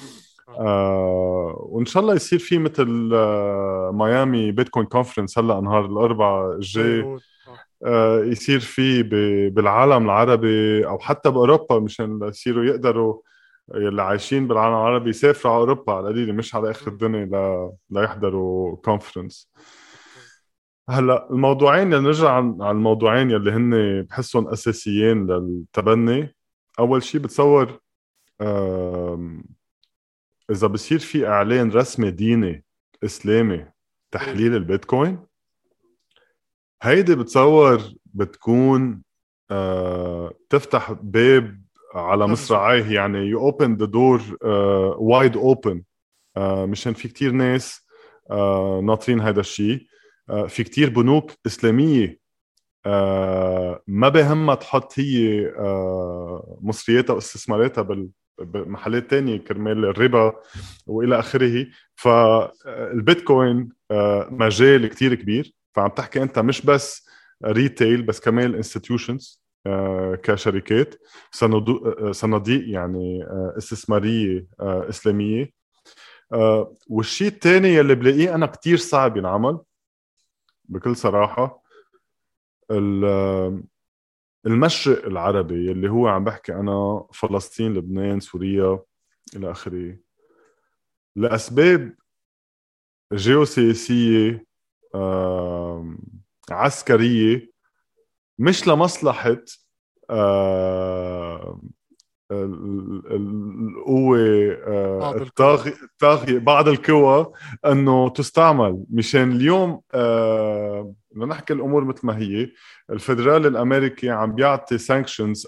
وان شاء الله يصير في مثل ميامي بيتكوين كونفرنس هلا نهار الاربعاء جاي الجاي. هون. يصير في بالعالم العربي او حتى باوروبا، مشان يصيروا يقدروا اللي عايشين بالعالم العربي يسافروا على اوروبا على القليله، مش على اخر الدنيا ليحضروا كونفرنس. هلا الموضوعين اللي نرجع على الموضوعين يلي هن بحسهم اساسيين للتبني. اول شيء بتصور آم، اذا بصير في اعلان رسمي ديني اسلامي إيه. تحليل البيتكوين، هيدي بتصور بتكون تفتح باب على ضجة. مصراعيه، يعني you open the door wide open. مشان في كتير ناس ناطرين هذا الشيء. في كتير بنوك إسلامية ما بهمها تحط هي مصرياتها واستثماراتها بمحلات تانية كرمال الربا وإلى آخره. فالبيتكوين مجال كتير كبير، فعم تحكي أنت مش بس ريتيل بس كمان انستتيوشنز كشركات، صناديق يعني استثمارية إسلامية. والشيء الثاني يلي بلاقيه أنا كتير صعب ينعمل بكل صراحة، المشرق العربي اللي هو عم بحكي أنا فلسطين لبنان سوريا إلى آخره، لأسباب جيوسياسية عسكرية، مش لمصلحة آه، القوة بعض القوى. الطاغية بعض القوى انه تستعمل مشان اليوم بدنا نحكي الامور مثل ما هي. الفدرالي الامريكي عم بيعطي سانكشنز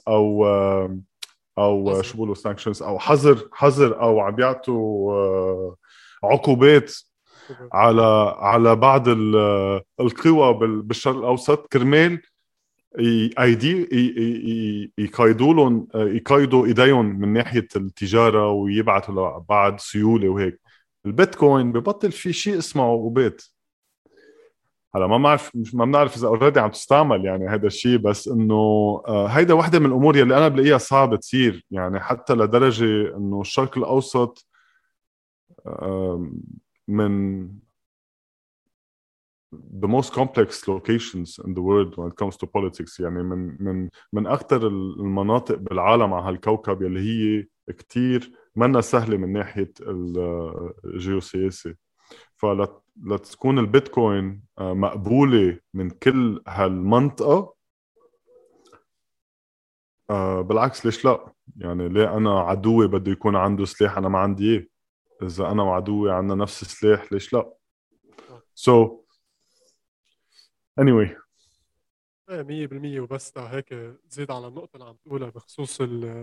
او حظر. شو بقولوا سانكشنز او حظر او عم بيعطوا عقوبات عقوبات. على بعض القوى بالشرق الاوسط كرمال يقيدوا لهم، يقيدوا ايديهم من ناحيه التجاره ويبعثوا لبعض سيوله وهيك. البيتكوين ببطل في شيء اسمه عقوبات. هلا ما بعرف، مش ما بنعرف اذا اوريدي عم تستعمل يعني هذا الشيء، بس انه هيدا وحده من الامور يلي انا بلاقيها صعب تصير، يعني حتى لدرجه انه الشرق الاوسط من the most complex locations in the world when it comes to politics. يعني من اكثر المناطق بالعالم على هالكوكب يلي هي كتير منا سهله من ناحيه الجيوسياسي. فلتكون البيتكوين مقبوله من كل هالمنطقه، بالعكس ليش لا؟ يعني ليه انا عدوي بده يكون عنده سلاح انا ما عندي اياه؟ اذا انا وعدوي عندنا نفس السلاح ليش لا؟ so anyway. ايه 100%. وبس هيك زيد على النقطة اللي عم تقولها بخصوص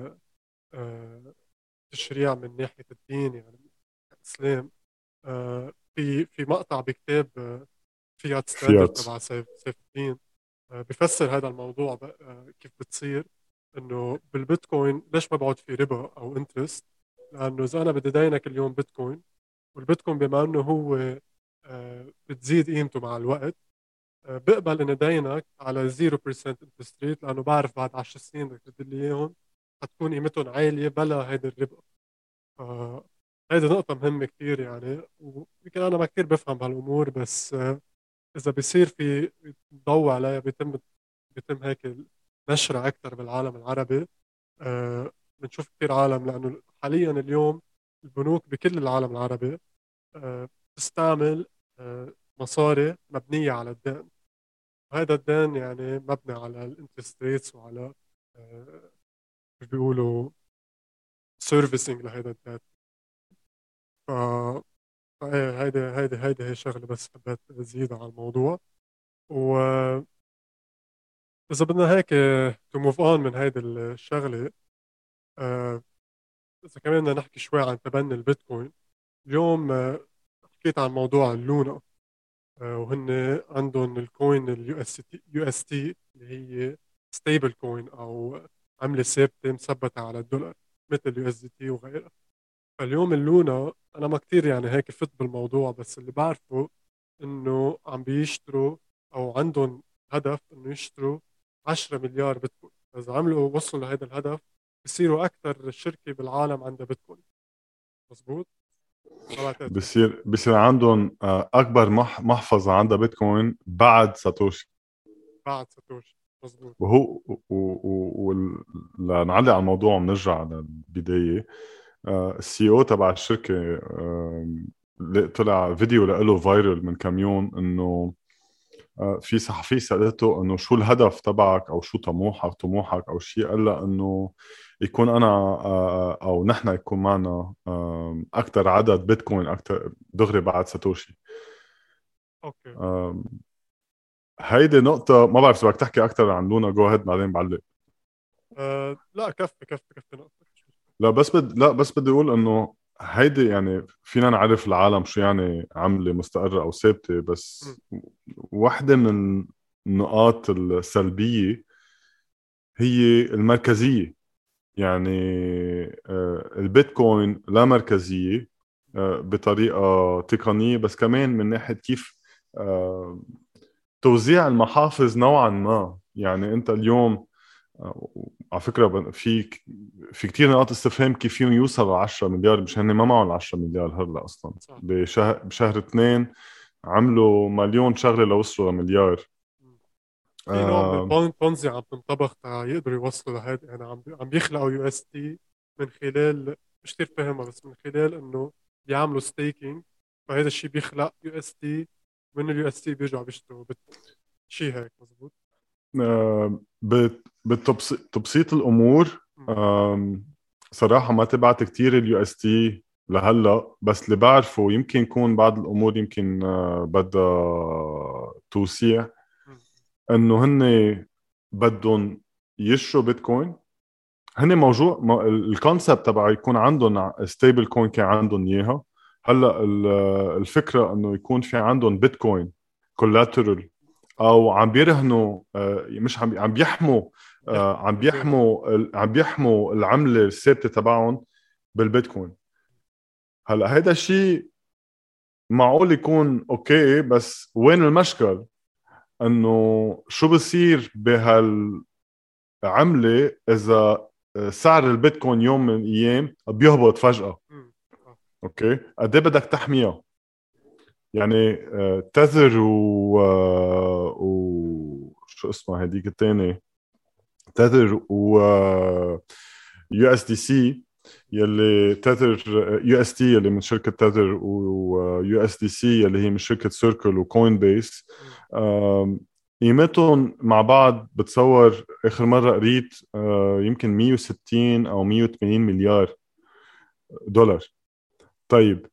التشريع من ناحية الدين، يعني الإسلام. في مقطع بكتاب فيات ستاندرد فيات. تبع سيف الدين، بفسر هذا الموضوع كيف بتصير انه بالبيتكوين ليش ما بعد في ربا او انترست. لانه اذا انا بدي داينك اليوم بيتكوين، والبيتكوين بما انه هو بتزيد قيمته مع الوقت، بقبل اني داينك على 0% انترست ريت، لانه بعرف بعد 10 سنين بدك ترد لي اياهم حتكون قيمتهم عاليه بلا هيدا الربا. هيدي نقطة مهمة كتير يعني. ويمكن أنا ما كتير بفهم بهالأمور، بس إذا بيصير في ضوء عليها بيتم هيك نشرها أكثر بالعالم العربي. بنشوف كثير عالم، لأنه حاليا اليوم البنوك بكل العالم العربي تستعمل مصاري مبنية على الدين. وهذا الدين يعني مبني على الانترست ريتس وعلى شو بيقولوا سيرفيسنج لهذا الدين. ف هيدي هي شغلة بس حبيت أزيد على الموضوع. وإذا بدنا هيك تو موف اون من هيدي الشغلة، آه، إذا كمان بدنا نحكي شوي عن تبني البيتكوين. اليوم حكيت عن موضوع اللونا، وهن عندهم الكوين اليو اس تي اللي هي ستيبل كوين او عملة ثابتة مثبتة على الدولار، مثل اليو اس دي تي وغيرها. فاليوم اللونا انا ما كتير يعني هيك فت بالموضوع، بس اللي بعرفه انه عم بيشتروا او عندهم هدف انه يشتروا 10 مليار بيتكوين. اذا عملوا وصلوا لهذا الهدف بصيروا اكثر شركة بالعالم عندها بيتكوين. مزبوط. ما بعتقد هيك. بصير عندهم اكبر محفظه عندها بيتكوين بعد ساتوشي. بعد ساتوشي. مزبوط. وهو لنعلق على الموضوع ونرجع للبدايه. السي او تبع الشركه طلع فيديو له فايرل من كم يوم، انه في صحفي سألته انه شو الهدف تبعك او شو طموحك او شيء، قال له انه يكون انا او نحن يكون معنا اكثر عدد بيتكوين اكثر دغري بعد ساتوشي. اوكي. آم، هيدي نقطة ما بعرف إذا بدك تحكي أكثر عن لونا، جو هيد بعدين بعلق. لا، كفي نقطة. لا بس بدي أقول إنه هيدي يعني فينا نعرف العالم شو يعني عملة مستقرة أو ثابتة، بس مم. واحدة من النقاط السلبية هي المركزية. يعني البيتكوين لا مركزية بطريقة تقنية، بس كمان من ناحية كيف آه، توزيع المحافظ نوعا ما. يعني أنت اليوم على فكرة في كتير نقاط استفهام كيف فيهم يوصلوا 10 مليار، مش هن ما معهم 10 مليار هلا أصلا. صح. بشهر اثنين عملوا مليون شغلة لوصلوا لمليار. في نوع من آه البونزي عم تنطبخ تا يقدروا يوصلوا لهذا، يعني عم بيخلقوا يو اس تي من خلال، مش كثير فاهمها، بس من خلال انه بيعملوا ستيكينج، فهذا الشيء بيخلق يو اس تي، من اليو اس تي بيرجعوا بيشتروا شيء هيك مزبوط. بتبسيط الامور. مم. صراحه ما تبعت كتير اليو اس تي لهلا، بس اللي بعرفه يمكن يكون بعض الامور يمكن بدها توسيع. مم. انه هن بدهم يشروا بيتكوين. هن موضوع الكونسبت تبع يكون عندهم ستيبل كوين كان عندهم اياها. هلا الفكره انه يكون في عندهم بيتكوين كولاترال، او عم بيرهنوا مش عم بيحموا أمان. عم بيحموا العمله الثابته تبعهم بالبيتكوين. هلا هيدا الشيء معقول يكون اوكي، بس وين المشكل؟ انه شو بصير بهالعمله اذا سعر البيتكوين يوم من الايام بيهبط فجاه؟ مم. آه. اوكي، قد ايه بدك تحميها؟ يعني تذر شو اسمها هديك الثانيه، تذر يو اس دي سي. يلي تذر يو اس تي يلي من شركه تذر، ويو اس دي سي يلي هي من شركه سيركل وكوين بيس. مم. قيمتهم مع بعض بتصور اخر مره قريت يمكن 160 او 180 مليار دولار. طيب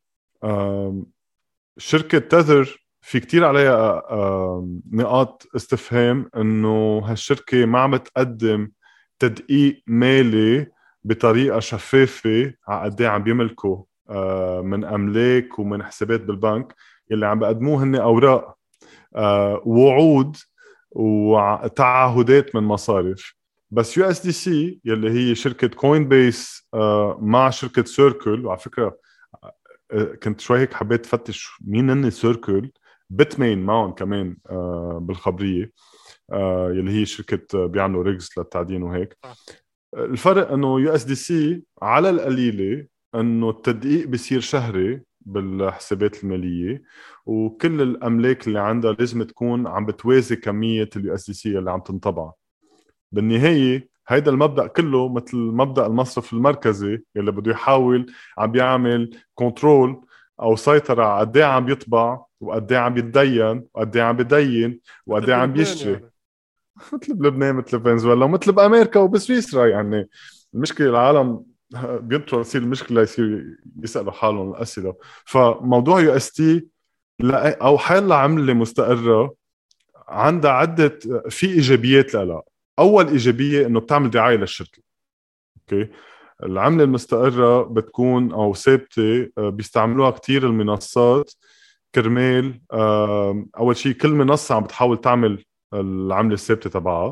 شركة تذر في كتير عليها نقاط استفهام، انه هالشركة ما عم تقدم تدقيق مالي بطريقة شفافة على قد ايه عم بيملكوا من املاك ومن حسابات بالبنك. اللي عم بقدموه هن اوراق وعود وتعهدات من مصارف. بس يو اس دي سي يلي هي شركة كوين بيس مع شركة سيركل. وعلى فكرة كنت شوي هيك حبيت فتش مين هن سيركل، بيتمين معهم كمان بالخبريه يلي هي شركه بيعملوا ريجز للتعدين وهيك. آه. الفرق انه يو اس دي سي على القليله انه التدقيق بصير شهري بالحسابات الماليه، وكل الاملاك اللي عندها لازم تكون عم بتوازي كميه اليو اس دي سي اللي عم تنطبع. بالنهاية هيدا المبدأ كله مثل مبدأ المصرف المركزي اللي بده يحاول عم بيعمل كنترول أو سيطرة على قد ايه عم بيطبع وقد ايه عم بيتدين وقد ايه عم بيدين وقد مثل ايه عم بلبنان بيشتري. يعني. مثل بلبنان مثل فنزويلا ومثل بأمريكا وبسويسرا. يعني المشكلة العالم بينطروا تصير المشكلة يصير يسألوا حالهم الأسئلة. فموضوع يو اس تي أو حيلا عملة مستقرة عندها عدة في إيجابيات لها. اول ايجابيه انه بتعمل دعايه للشركه. اوكي، العمله المستقره بتكون او ثابته بيستعملوها كتير المنصات كرمال اول شيء كل منصه عم بتحاول تعمل العمله الثابته تبعها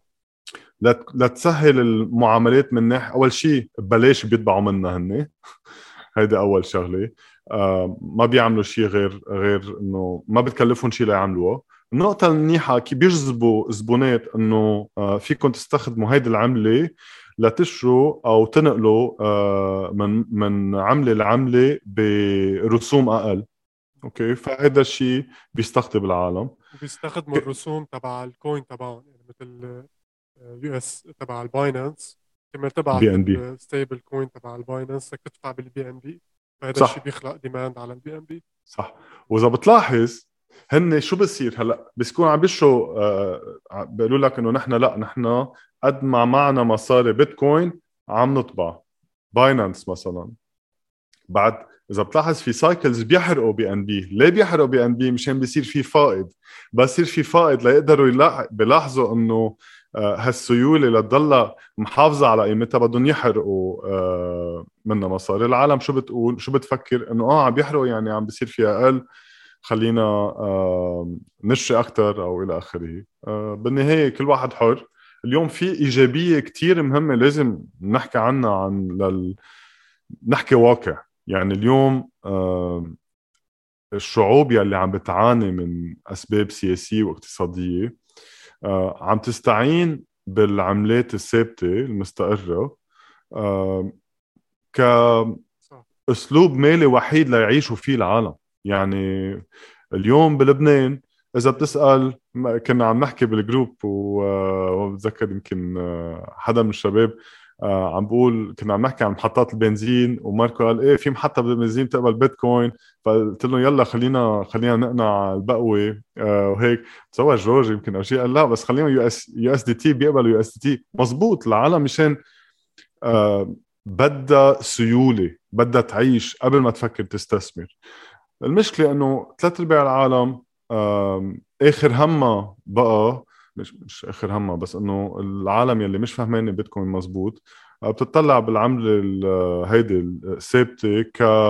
لتسهل المعاملات. من ناحيه اول شيء ببلاش بيطبعوا منها هن هيدا اول شغله. ما بيعملوا شيء غير انه ما بتكلفهم شيء ليعملوها. النقطة المنيحة كي بيجذبوا زبونات انه فيكم تستخدموا هيدي العملة لتشروا او تنقلوا من عملة لعملة برسوم اقل. اوكي، فهذا الشيء بيستقطب العالم. وبيستخدموا الرسوم تبع الكوين تبعهم، يعني مثل يو اس تبع الباينانس، كمان بي تبعت ان بي الستيبل كوين تبع الباينانس بدك تدفع بالبي ام بي، فهذا الشيء صح. بيخلق ديماند على البي ام بي. صح. واذا بتلاحظ هن شو بصير هلا بيكون عم بيشروا بيقولوا لك انه نحن لا نحن قد ما معنا مصاري بيتكوين عم نطبع. باينانس مثلا بعد اذا بتلاحظ في سايكلز بيحرقوا بي ان بي. ليه بيحرقوا بي ان بي؟ مشان بيصير في فائض. بس يصير في فائض ليقدروا بيلاحظوا انه هالسيوله لتضلها محافظه على قيمتها بدهم يحرقوا منها مصاري. العالم شو بتقول شو بتفكر؟ انه عم بيحرقوا يعني عم بيصير في اقل خلينا نشري أكتر أو إلى آخره. بالنهاية كل واحد حر. اليوم في إيجابية كتير مهمة لازم نحكي عنها، نحكي واقع. يعني اليوم الشعوب يلي عم بتعاني من أسباب سياسية واقتصادية عم تستعين بالعملات الثابتة المستقرة آه، صح. كأسلوب مالي وحيد ليعيشوا فيه العالم. يعني اليوم بلبنان إذا بتسأل، كنا عم نحكي بالجروب وبتذكر يمكن حدا من الشباب عم بقول، كنا عم نحكي عن محطات البنزين، وماركو قال ايه في محطة بالبنزين بتقبل بيتكوين. فقلت له يلا خلينا نقنع البقوة وهيك. تصور جورج يمكن او شيء قال لا بس خليهم يو اس دي تي، بيقبلوا يو اس دي تي. مزبوط، العالم مشان بدها سيولة، بدها تعيش قبل ما تفكر تستثمر. المشكلة انه ثلاث ارباع العالم اخر همها بقى، مش اخر همها، بس انه العالم يلي مش فاهمين بيتكوين مزبوط بتطلع بالعملة هيدي الثابتة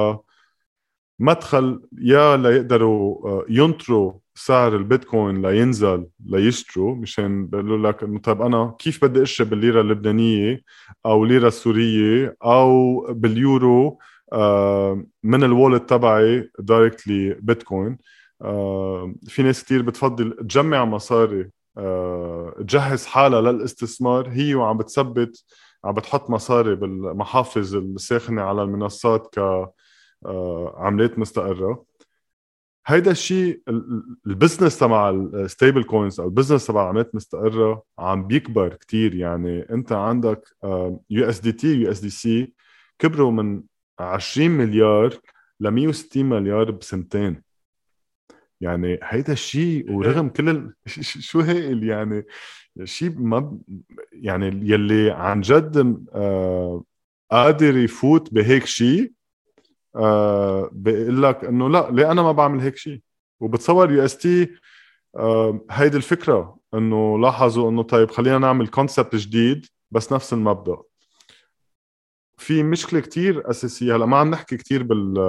كمدخل، يا ليقدروا ينطروا سعر البيتكوين لينزل ليشتروا، مشان بيقولوا لك انه طيب انا كيف بدي اشتري بالليرة اللبنانية او ليرة السورية او باليورو من الوالت تبعي دايركتلي بيتكوين. في ناس كتير بتفضل تجمع مصاري تجهز حالها للاستثمار هي وعم بتثبت، عم بتحط مصاري بالمحافظ الساخنة على المنصات كعملات مستقرة. هيدا الشيء البزنس تبع الستيبل كوينز او البزنس تبع العملات المستقرة عم بيكبر كتير. يعني انت عندك يو اس دي تي يو اس دي سي كبروا من 20 مليار ل 160 مليار بسنتين. يعني هيدا الشيء هيك. ورغم كل شو هائل يعني. شيء ما يعني يلي عن جد قادر يفوت بهيك شيء بيقول لك انه لا، ليه انا ما بعمل هيك شيء. وبتصور يو اس تي هيدي الفكره، انه لاحظوا انه طيب خلينا نعمل كونسبت جديد بس نفس المبدأ. في مشكله كتير اساسيه هلا، ما عم نحكي كتير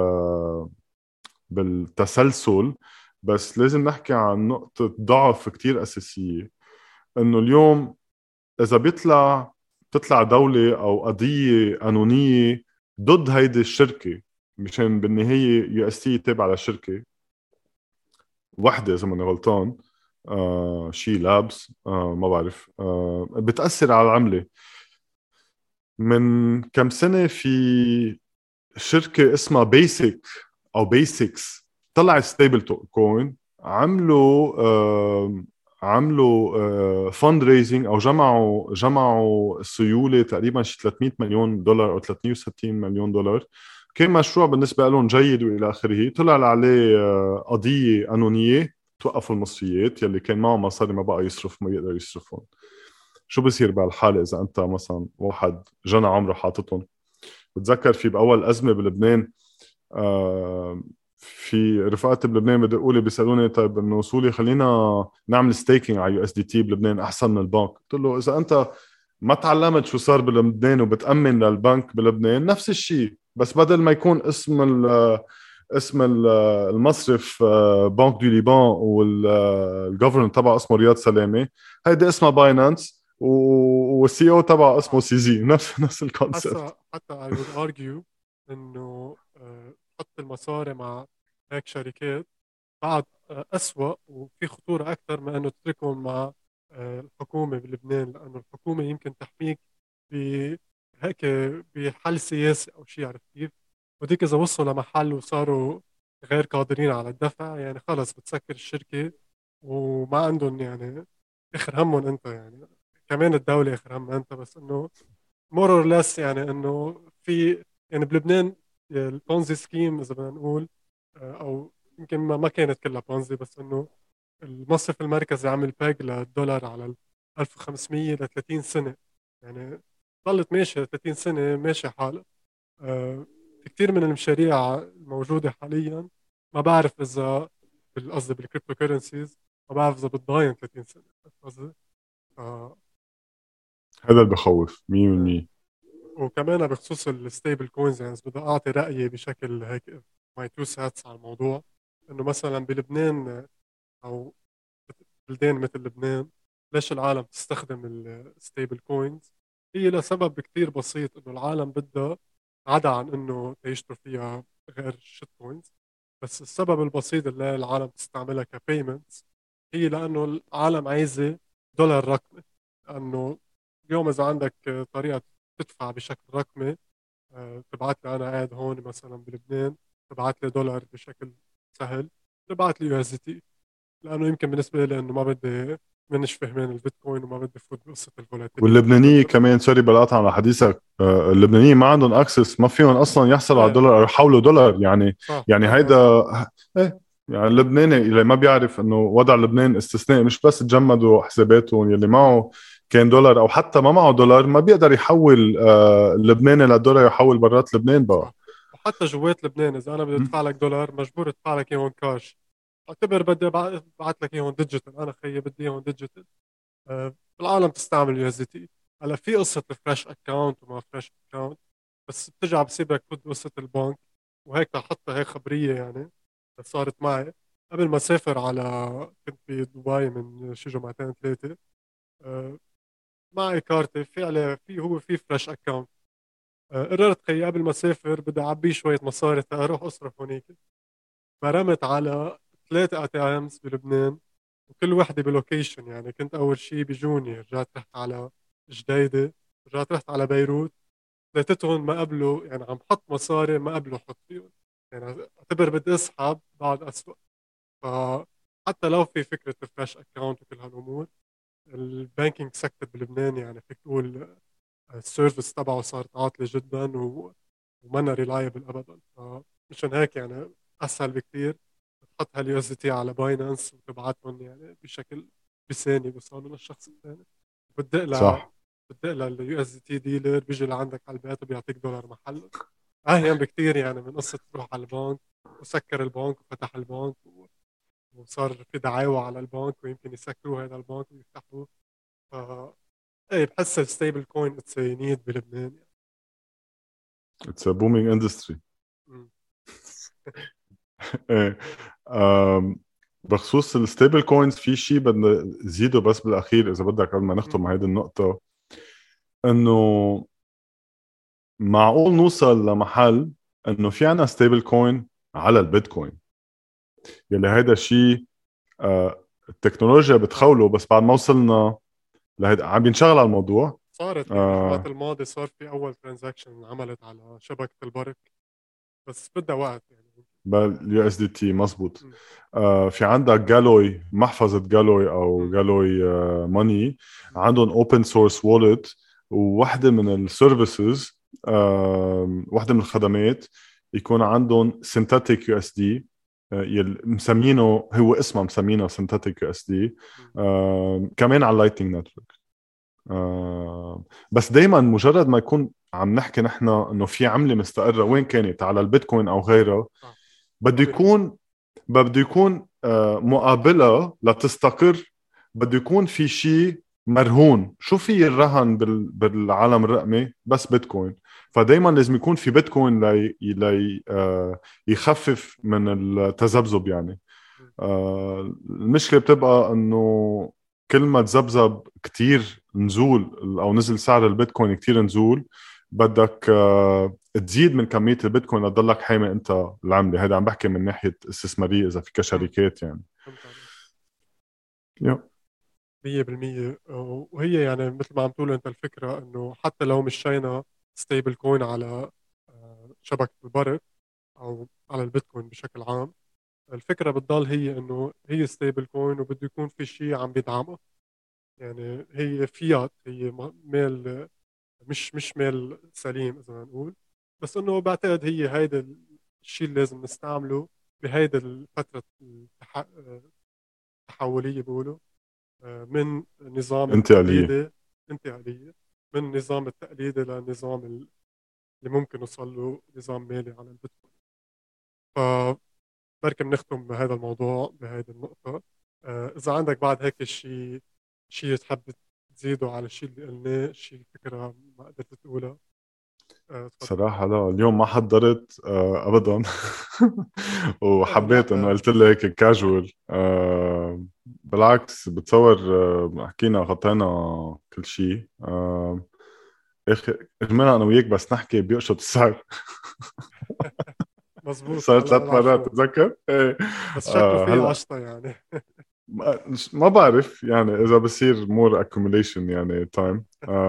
بالتسلسل، بس لازم نحكي عن نقطة ضعف كتير أساسية. إنه اليوم إذا بتطلع دولة أو قضية قانونية ضد هيدي الشركة، مشان بالنهاية يو اس تي تابعة لشركة وحدة إذا ماني غلطان، شي لابس ما بعرف، بتأثر على العملة. من كم سنة في شركة اسمها بيسك او بيسكس طلعت ستيبل كوين، عملوا فند ريزنج او جمعوا سيوله تقريبا شي 300 مليون دولار او 360 مليون دولار. كان مشروع بالنسبه لهم جيد والى اخره. طلع عليه قضيه قانونيه توقفوا المصريات يلي كان معهم مصاري ما بقى يصرف، ما يقدر يصرفهم. شو بصير بهالحاله اذا انت مثلا واحد جنى عمره حاططهم؟ بتذكر في باول ازمه بلبنان في رفقات بلبنان بدقوا لي بيسالوني طيب انه سولي خلينا نعمل ستيكينج على يو اس دي تي بلبنان احسن من البنك. قلت له اذا انت ما تعلمت شو صار بلبنان وبتامن للبنك بلبنان نفس الشيء، بس بدل ما يكون اسم المصرف بنك دو ليبان والجوفرن تبعه اسمه رياض سلامه، هيدي اسمها باينانس والسي او تبعه اسمه صح. سيزي. نفس الكونسبت. حتى I would argue إنه تحط المصاري مع هيك شركات بعد أسوأ، وفي خطورة أكثر من إنه تتركهم مع الحكومة بلبنان، لأنه الحكومة يمكن تحميك ب- هيك بحل سياسي أو شيء، عرفت كيف؟ وديك إذا وصلوا لمحل وصاروا غير قادرين على الدفع، يعني خلص بتسكر الشركة وما عندهم يعني آخر همهم أنت، يعني كمان الدولة آخر همها أنت. بس إنه مور اور ليس، يعني إنه في يعني بلبنان البونزي سكيم إذا بدنا نقول، او يمكن ما كانت كلها بونزي، بس انه المصرف المركزي عامل باج للدولار على ال 1500 ل 30 سنه، يعني ضلت ماشيه 30 سنه ماشي حالها. في كثير من المشاريع الموجوده حاليا ما بعرف اذا قصدي بالكريبتو كورنسيز، ما بعرف اذا بتضاين 30 سنه. فهمت قصدي؟ آه، هذا اللي بخوف آه. 100%. وكمان بخصوص الستيبل كوينز، يعني إذا بدي اعطي رايي بشكل هيك ماي تو ساتس على الموضوع، انه مثلا بلبنان او بلدان مثل لبنان، ليش العالم تستخدم الستيبل كوينز؟ هي لسبب كتير بسيط، انه العالم بدها عدا عن انه يشتروا فيها غير الشيت كوينز. بس السبب البسيط اللي العالم تستعملها كبيمنتس هي لانه العالم عايزه دولار رقمي. لانه اليوم اذا عندك طريقه تدفع بشكل رقمي، تبعت لي انا قاعد هون مثلا بلبنان، تبعت لي دولار بشكل سهل، تبعت لي USDT. لانه يمكن بالنسبه لي انه ما بدي منش فهمان البيتكوين وما بدي فوت بقصه الفولاتيليتي واللبنانية مثلا. كمان، سوري بلقطع على حديثك، اللبنانية ما عندهم اكسس، ما فيهم اصلا يحصلوا على ايه الدولار او يحولوا دولار يعني. صح، يعني هذا هيدا قصدي. ايه، يعني اللبناني اللي ما بيعرف انه وضع لبنان استثنائي، مش بس تجمدوا حساباتهم، يلي مم. معه كان دولار او حتى ما معه دولار ما بيقدر يحول اللبناني للدولار، يحول برات لبنان بقى. صح. وحتى جوات لبنان اذا انا بدي ادفع لك دولار مجبور ادفع لك اياهم كاش. اعتبر بدي ابعث لك اياهم ديجيتال، انا خيي بدي اياهم ديجيتال. العالم تستعمل USDT. هلا في قصه فريش اكاونت وما فريش اكاونت، بس بترجع بسيبك تفوت بقصه البنك. وهيك حتى هيك خبريه يعني صارت معي قبل ما اسافر على، كنت بدبي من شي جمعتين ثلاثه. آه، معي كارتي في عليه، في فريش اكاونت. قررت خيي قبل ما اسافر بدي اعبيه شويه مصاري اروح اصرف هونيك. مرمت على 3 ATMs بلبنان، وكل وحده بلوكيشن. يعني كنت اول شيء بجوني، رجعت رحت على جديده، رجعت رحت على بيروت. ثلاثتهم ما قبلوا، يعني عم بحط مصاري ما قبلوا حط فيهم. يعني اعتبر بدي اسحب بعد اسوء. فحتى لو في فكره فريش اكاونت وكل هالامور، البانكينج سيكتور بلبنان يعني فيك تقول السيرفيس تبعه صارت عاطله جدا ومنا ريلايبل ابدا. فمشان هيك يعني اسهل بكثير تحط هالUSDT على باينانس وتبعتهم يعني بشكل بثانيه بيوصلوا للشخص الثاني. بتدق ل صح. بتدق للUSDT ديلر بيجي لعندك على البيت وبيعطيك دولار محله. اهين بكثير يعني من قصه تروح على البنك وسكر البنك وفتح البنك وصار في دعاوى على البنك ويمكن يسكروا هذا البنك ويفتحوه. ف ايه بحس الستيبل كوين اتس نيد بلبنان يعني. اتس ا بومينج اندستري. مم. ايه. أم، بخصوص الستيبل كوينز في شيء بدنا نزيده بس بالاخير اذا بدك قبل ما مم. نختم هيدي النقطه، انه معقول نوصل لمحل انه في عنا ستيبل كوين على البيتكوين، يلي هيدا الشيء التكنولوجيا اه بتخوله، بس بعد ما وصلنا لهيدا عم بينشغل على الموضوع. صارت يعني الوقت آه الماضي صار في اول ترانزاكشن عملت على شبكة البرك، بس بدها وقت يعني. باليو اس دي تي مزبوط. مم. في عندك جالوي، محفظة جالوي او مم. جالوي ماني، مم. عندهم اوبن سورس وولت. وواحدة من السيرفيسز، واحدة من الخدمات، يكون عندهم سينثيتيك يو اس دي، مسمينه، هو اسمه مسمينه سينثيتيك يو اس دي، مم. كمان على اللايتنج نتورك. بس دايما مجرد ما يكون عم نحكي نحن انه في عملة مستقرة وين كانت على البيتكوين او غيرها، صح. ما بده بينفع. يكون بده يكون مقابلة لتستقر. بده يكون في شيء مرهون. شو في الرهن بالعالم الرقمي؟ بس بيتكوين. فدايما لازم يكون في بيتكوين يخفف من التذبذب يعني. مم. المشكلة بتبقى انه كل ما تذبذب كتير نزول او نزل سعر البيتكوين كتير نزول، بدك تزيد من كمية البيتكوين لتضلك حامي انت العملة. هذا عم بحكي من ناحية استثمارية اذا في مم. كشركات يعني. فهمت عليك. يا 100%. وهي يعني مثل ما عم تقول انت، الفكرة انه حتى لو مشينا ستيبل كوين على شبكة البرق او على البيتكوين بشكل عام، الفكرة بتضل هي انه هي ستيبل كوين وبده يكون في شيء عم بيدعمها. يعني هي فيات، هي مال، مش مال سليم اذا ما نقول. بس انه بعتقد هي هيدا الشيء اللي لازم نستعمله بهيدا الفترة التحولية بيقولوا، من نظام انتقالية. التقليدي، انتقالية، من نظام التقليدي لنظام اللي ممكن نوصل له نظام مالي على البيتكوين. فبركي بنختم بهذا الموضوع بهذه النقطة. إذا عندك بعد هيك شيء تحب تزيده على الشيء اللي قلناه، شيء فكرة ما قدرت تقولها. تفضل. صراحة لا، اليوم ما حضرت أبدا. وحبيت إنه لا، قلت لي هيك كاجوال. بالعكس بتصور، حكينا غطينا كل شيء. اخي اجمالا انا وياك بس نحكي بيقشط السعر. مزبوط، صار هلا ثلاث العب مرات شوي. تتذكر ايه. بس شكله في هلا عشطة يعني. ما بعرف يعني اذا بصير مور accumulation يعني تايم.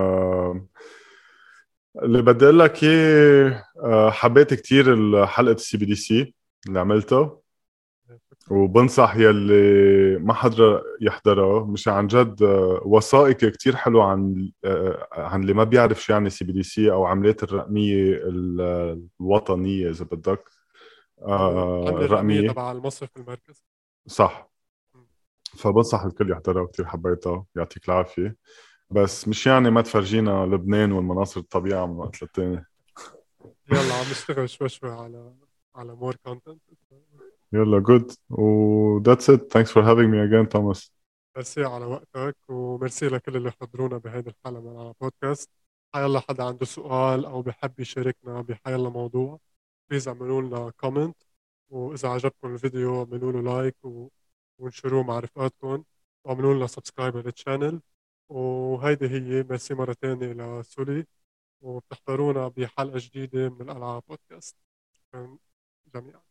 اللي بدي اقول لك اياه، حبيت كتير حلقة السي بي دي سي اللي عملتها. فكرة. وبنصح يلي ما حدا يحضرها، مش عن جد وثائقي كتير حلو عن عن اللي ما بيعرف شو يعني سي بي دي سي او عمليات الرقمية الوطنية اذا بدك. العملة الرقمية الرقمية. تبع المصرف المركزي. صح. م. فبنصح الكل يحضرها، كتير حبيتها، يعطيك العافية. بس مش يعني ما تفرجينا لبنان والمناظر الطبيعة من وقت للتاني. يلا عم نشتغل شوي شوي على مور كونتنت. يلا good و that's it. Thanks for having me again Thomas. ميرسي على وقتك، وميرسي لكل اللي حضرونا بهذه الحلقة من على بودكاست. حيلا حدا عنده سؤال أو بحب يشاركنا بحيلا موضوع، بليز اعملوا لنا كومنت. وإذا عجبكم الفيديو اعملوا له لايك وانشروه مع رفقاتكم، واعملوا لنا سبسكرايب للشانل. وهيدي هي ميرسي مرة تانية لسولي، وبتحضرونا بحلقة جديدة من الألعاب بودكاست. شكراً جميعا.